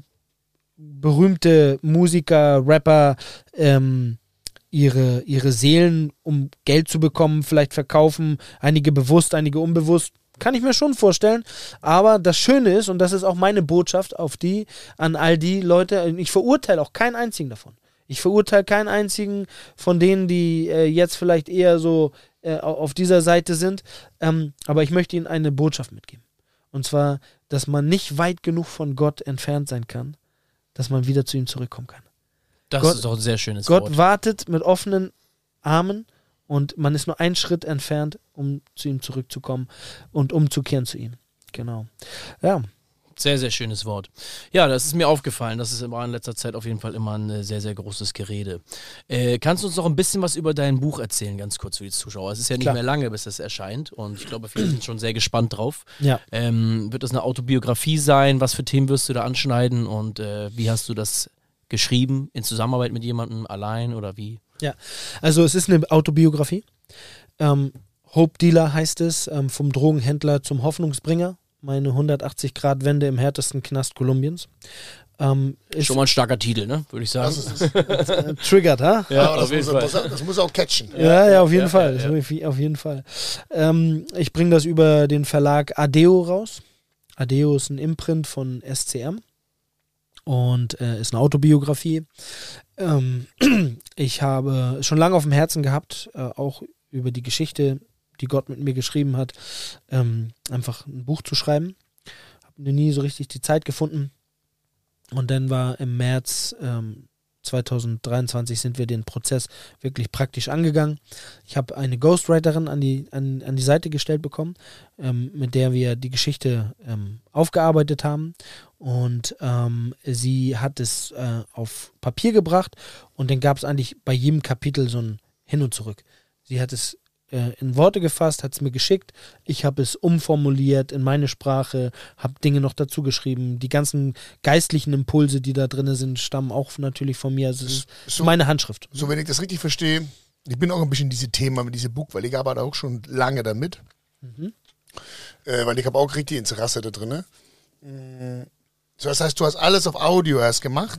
berühmte Musiker, Rapper, ähm, ihre, ihre Seelen, um Geld zu bekommen, vielleicht verkaufen, einige bewusst, einige unbewusst, kann ich mir schon vorstellen, aber das Schöne ist, und das ist auch meine Botschaft auf die, an all die Leute, ich verurteile auch keinen einzigen davon. Ich verurteile keinen einzigen von denen, die äh, jetzt vielleicht eher so äh, auf dieser Seite sind, ähm, aber ich möchte ihnen eine Botschaft mitgeben. Und zwar, dass man nicht weit genug von Gott entfernt sein kann, dass man wieder zu ihm zurückkommen kann. Das Gott, ist doch ein sehr schönes Gott Wort. Gott wartet mit offenen Armen und man ist nur einen Schritt entfernt, um zu ihm zurückzukommen und umzukehren zu ihm. Genau. Ja. Sehr, sehr schönes Wort. Ja, das ist mir aufgefallen. Das ist war in letzter Zeit auf jeden Fall immer ein sehr, sehr großes Gerede. Äh, kannst du uns noch ein bisschen was über dein Buch erzählen, ganz kurz für die Zuschauer? Es ist ja nicht Klar. mehr lange, bis es erscheint und ich glaube, viele sind schon sehr gespannt drauf. Ja. Ähm, wird das eine Autobiografie sein? Was für Themen wirst du da anschneiden und äh, wie hast du das geschrieben? In Zusammenarbeit mit jemandem, allein oder wie? Ja, also es ist eine Autobiografie. Ähm, Hope Dealer heißt es, ähm, vom Drogenhändler zum Hoffnungsbringer. Meine hundertachtzig-Grad-Wende im härtesten Knast Kolumbiens. Ähm, ist Schon mal ein starker Titel, ne? Würde ich sagen. Das ist es. äh, triggert, ha? Ja, Aber auf das, jeden muss, Fall. muss, das muss auch catchen. Ja, ja, auf jeden ja, Fall. ja, Das muss ich- Auf jeden Fall. Ähm, ich bringe das über den Verlag Adeo raus. Adeo ist ein Imprint von S C M und äh, ist eine Autobiografie. Ähm, ich habe schon lange auf dem Herzen gehabt, äh, auch über die Geschichte, die Gott mit mir geschrieben hat, ähm, einfach ein Buch zu schreiben. Habe nie so richtig die Zeit gefunden. Und dann war im März ähm, zweitausenddreiundzwanzig sind wir den Prozess wirklich praktisch angegangen. Ich habe eine Ghostwriterin an die, an, an die Seite gestellt bekommen, ähm, mit der wir die Geschichte ähm, aufgearbeitet haben. Und ähm, sie hat es äh, auf Papier gebracht und dann gab es eigentlich bei jedem Kapitel so ein Hin und Zurück. Sie hat es äh, in Worte gefasst, hat es mir geschickt. Ich habe es umformuliert in meine Sprache, habe Dinge noch dazu geschrieben. Die ganzen geistlichen Impulse, die da drin sind, stammen auch natürlich von mir. Also es ist So- meine Handschrift. So, wenn ich das richtig verstehe, ich bin auch ein bisschen dieses Thema mit diesem Buch, weil ich arbeite auch schon lange damit. Mhm. Äh, weil ich habe auch richtig Interesse da drin. Mm, So, das heißt, du hast alles auf Audio erst gemacht,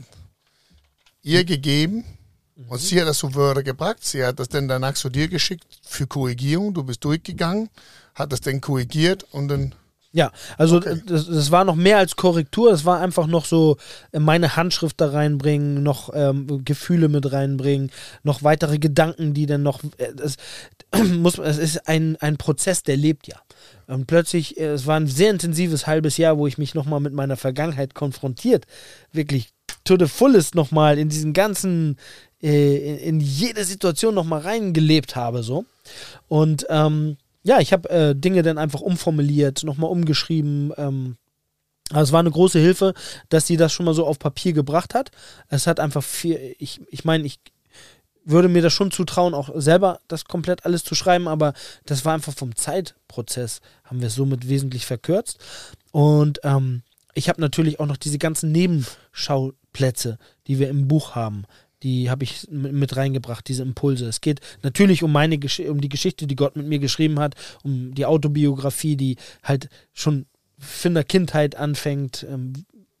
ihr gegeben und sie hat das zu Wörter gebracht. Sie hat das dann danach zu dir geschickt für Korrigierung. Du bist durchgegangen, hat das dann korrigiert und dann... Ja, also Okay. das, das war noch mehr als Korrektur, das war einfach noch so äh, meine Handschrift da reinbringen, noch ähm, Gefühle mit reinbringen, noch weitere Gedanken, die dann noch, äh, das, muss, es ist ein, ein Prozess, der lebt ja. Und plötzlich, äh, es war ein sehr intensives halbes Jahr, wo ich mich nochmal mit meiner Vergangenheit konfrontiert, wirklich to the fullest nochmal in diesen ganzen, äh, in, in jede Situation nochmal reingelebt habe, so. Und, ähm, ja, ich habe äh, Dinge dann einfach umformuliert, nochmal umgeschrieben. Ähm, also es war eine große Hilfe, dass sie das schon mal so auf Papier gebracht hat. Es hat einfach viel, ich, ich meine, ich würde mir das schon zutrauen, auch selber das komplett alles zu schreiben, aber das war einfach vom Zeitprozess, haben wir es somit wesentlich verkürzt. Und ähm, ich habe natürlich auch noch diese ganzen Nebenschauplätze, die wir im Buch haben. Die habe ich mit, mit reingebracht, diese Impulse. Es geht natürlich um meine Gesch- um die Geschichte, die Gott mit mir geschrieben hat, um die Autobiografie, die halt schon von der Kindheit anfängt, ähm,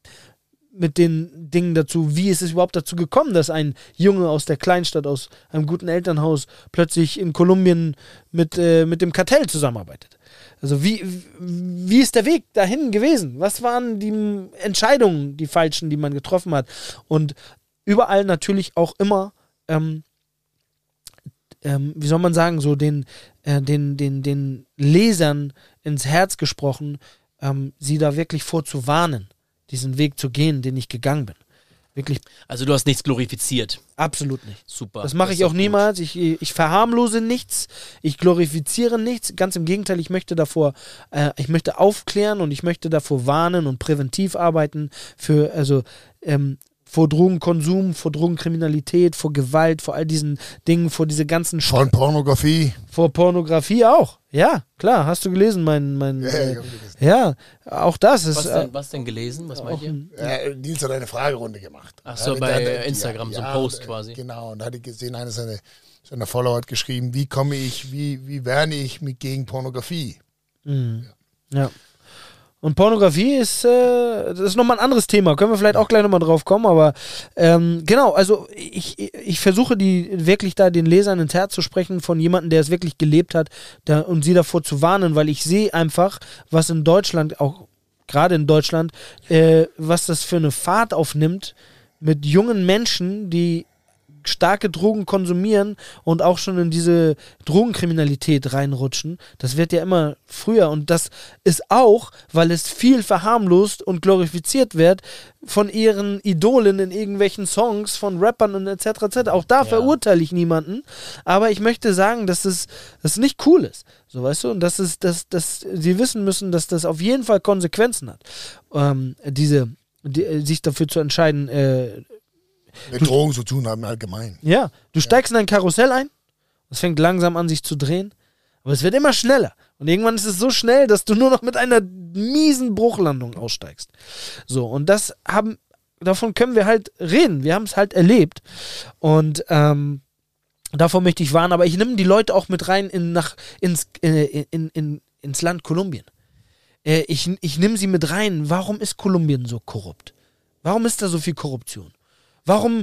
mit den Dingen dazu, wie ist es überhaupt dazu gekommen, dass ein Junge aus der Kleinstadt, aus einem guten Elternhaus plötzlich in Kolumbien mit, äh, mit dem Kartell zusammenarbeitet. Also wie, wie ist der Weg dahin gewesen? Was waren die Entscheidungen, die falschen, die man getroffen hat? Und überall natürlich auch immer, ähm, ähm, wie soll man sagen, so den, äh, den, den, den Lesern ins Herz gesprochen, ähm, sie da wirklich vorzuwarnen, diesen Weg zu gehen, den ich gegangen bin. Wirklich Also du hast nichts glorifiziert. absolut nicht. Super. Das mache ist ich auch gut. niemals. Ich, ich verharmlose nichts. Ich glorifiziere nichts. Ganz im Gegenteil, ich möchte davor, äh, ich möchte aufklären und ich möchte davor warnen und präventiv arbeiten für, also, ähm, vor Drogenkonsum, vor Drogenkriminalität, vor Gewalt, vor all diesen Dingen, vor diese ganzen Sch Von Pornografie. vor Pornografie auch. Ja, klar, hast du gelesen, mein, mein Ja, äh, ich hab gelesen. ja, auch das ist Was äh, denn, was denn gelesen? Was meint auch ihr? ein, Ja, Nils hat eine Fragerunde gemacht. Ach so, Da- bei da- Instagram, so ein ja, Post und, äh, quasi. Genau, und da hatte ich gesehen, einer seiner, seiner Follower hat geschrieben, wie komme ich, wie, wie werne ich mich gegen Pornografie? ja. Und Pornografie ist, äh, das ist nochmal ein anderes Thema. Können wir vielleicht auch gleich nochmal drauf kommen, aber ähm, genau, also ich, ich versuche die wirklich da den Lesern ins Herz zu sprechen von jemandem, der es wirklich gelebt hat da, und sie davor zu warnen, weil ich sehe einfach, was in Deutschland, auch gerade in Deutschland, äh, was das für eine Fahrt aufnimmt mit jungen Menschen, die starke Drogen konsumieren und auch schon in diese Drogenkriminalität reinrutschen. Das wird ja immer früher und das ist auch, weil es viel verharmlost und glorifiziert wird von ihren Idolen in irgendwelchen Songs, von Rappern und et cetera et cetera. Auch da Ja. verurteile ich niemanden, aber ich möchte sagen, dass es, dass es nicht cool ist. So, weißt du, und dass es, dass, dass sie wissen müssen, dass das auf jeden Fall Konsequenzen hat. Ähm, diese, die, sich dafür zu entscheiden, äh, Mit Drogen zu tun haben allgemein. ja, du steigst in ein Karussell ein, es fängt langsam an sich zu drehen, aber es wird immer schneller. Und irgendwann ist es so schnell, dass du nur noch mit einer miesen Bruchlandung aussteigst. So, und das haben, davon können wir halt reden. Wir haben es halt erlebt. Und ähm, davor möchte ich warnen, aber ich nehme die Leute auch mit rein in, nach, ins, äh, in, in, ins Land Kolumbien. Äh, ich ich nehme sie mit rein. Warum ist Kolumbien so korrupt? Warum ist da so viel Korruption? Warum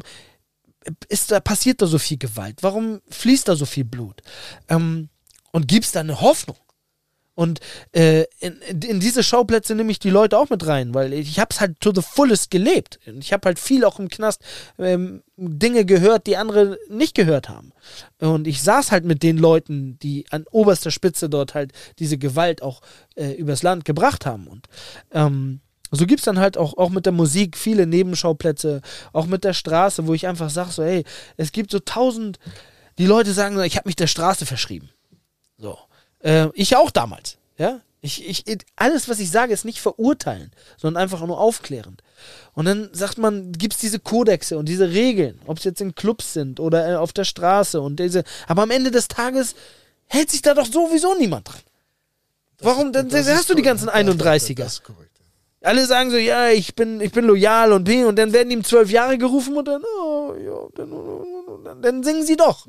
ist da, passiert da so viel Gewalt? Warum fließt da so viel Blut? Ähm, und gibt es da eine Hoffnung? Und äh, in, in diese Schauplätze nehme ich die Leute auch mit rein, weil ich habe es halt to the fullest gelebt. Ich habe halt viel auch im Knast ähm, Dinge gehört, die andere nicht gehört haben. Und ich saß halt mit den Leuten, die an oberster Spitze dort halt diese Gewalt auch äh, übers Land gebracht haben. Und ähm, so gibt es dann halt auch, auch mit der Musik viele Nebenschauplätze, auch mit der Straße, wo ich einfach sage, so, hey, es gibt so tausend, die Leute sagen, ich habe mich der Straße verschrieben. So. Äh, ich auch damals. Ja? Ich, ich, alles, was ich sage, ist nicht verurteilen, sondern einfach nur aufklärend. Und dann sagt man, gibt es diese Kodexe und diese Regeln, ob es jetzt in Clubs sind oder äh, auf der Straße und diese, aber am Ende des Tages hält sich da doch sowieso niemand dran. Warum? Dann Das hast ist du die korrekt. ganzen einunddreißiger. Das ist korrekt. Alle sagen so, ja, ich bin, ich bin loyal und bin, und dann werden ihm zwölf Jahre gerufen und dann, oh, ja, dann, dann, dann singen sie doch.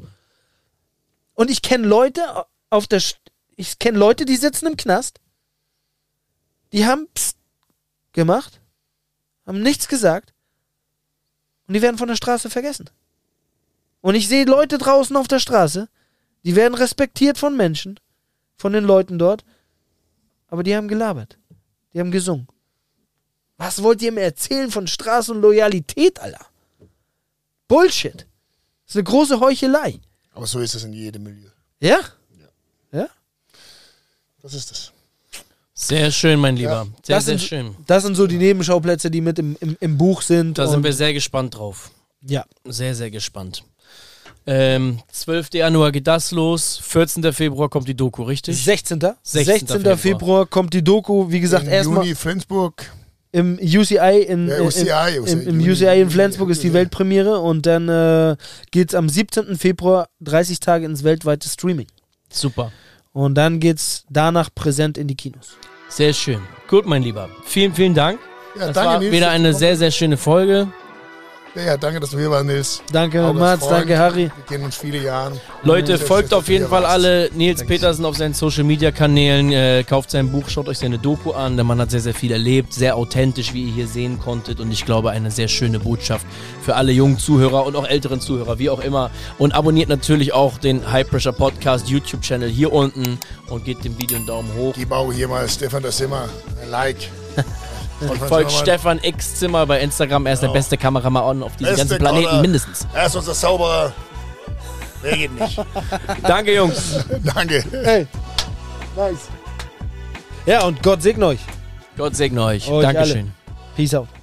Und ich kenne Leute auf der, St- ich kenne Leute, die sitzen im Knast, die haben Psst gemacht, haben nichts gesagt und die werden von der Straße vergessen. Und ich sehe Leute draußen auf der Straße, die werden respektiert von Menschen, von den Leuten dort, aber die haben gelabert, die haben gesungen. Was wollt ihr mir erzählen von Straße und Loyalität, Alter? Bullshit. Das ist eine große Heuchelei. Aber so ist es in jedem Milieu. Ja? Ja? Das ist es. Sehr schön, mein Lieber. Sehr, Das sehr sind, schön. Das sind so die Nebenschauplätze, die mit im, im, im Buch sind. Da sind und- wir sehr gespannt drauf. Ja. Sehr, sehr gespannt. Ähm, zwölfter Januar geht das los. vierzehnter Februar kommt die Doku, richtig? sechzehnter sechzehnter sechzehnter Februar kommt die Doku. Wie gesagt, Im erstmal Juni Flensburg. im U C I in, Ja, in, U C I, im, im U C I in Flensburg ist die Weltpremiere und dann äh, geht es am siebzehnten Februar dreißig Tage ins weltweite Streaming. Super. Und dann geht's danach präsent in die Kinos. Sehr schön. Gut, mein Lieber. Vielen, vielen Dank. Ja, Das danke, war Nils, wieder dass du eine gekommen sehr, sehr schöne Folge. bist. Ja, ja, danke, dass du hier warst, Nils. Danke, Auch als Mats, Freund. danke, Harry. Wir kennen uns viele Jahre. Leute, Sehr folgt schön, auf dass du jeden hier Fall warst. alle Nils Danke. Petersen auf seinen Social Media Kanälen, äh, kauft sein Buch, schaut euch seine Doku an. Der Mann hat sehr, sehr viel erlebt, sehr authentisch, wie ihr hier sehen konntet. Und ich glaube, eine sehr schöne Botschaft für alle jungen Zuhörer und auch älteren Zuhörer, wie auch immer. Und abonniert natürlich auch den High Pressure Podcast YouTube-Channel hier unten und gebt dem Video einen Daumen hoch. Gib auch hier mal Stefan das Zimmer ein Like. Folgt Stefan X Zimmer bei Instagram. Er ist der beste Kameramann auf diesem Beste ganzen Planeten, Caller. mindestens. Er ist unser Zauberer. Wer geht nicht? Danke, Jungs. Danke. Hey, nice. Ja, und Gott segne euch. Gott segne euch. Euch Dankeschön. Peace out.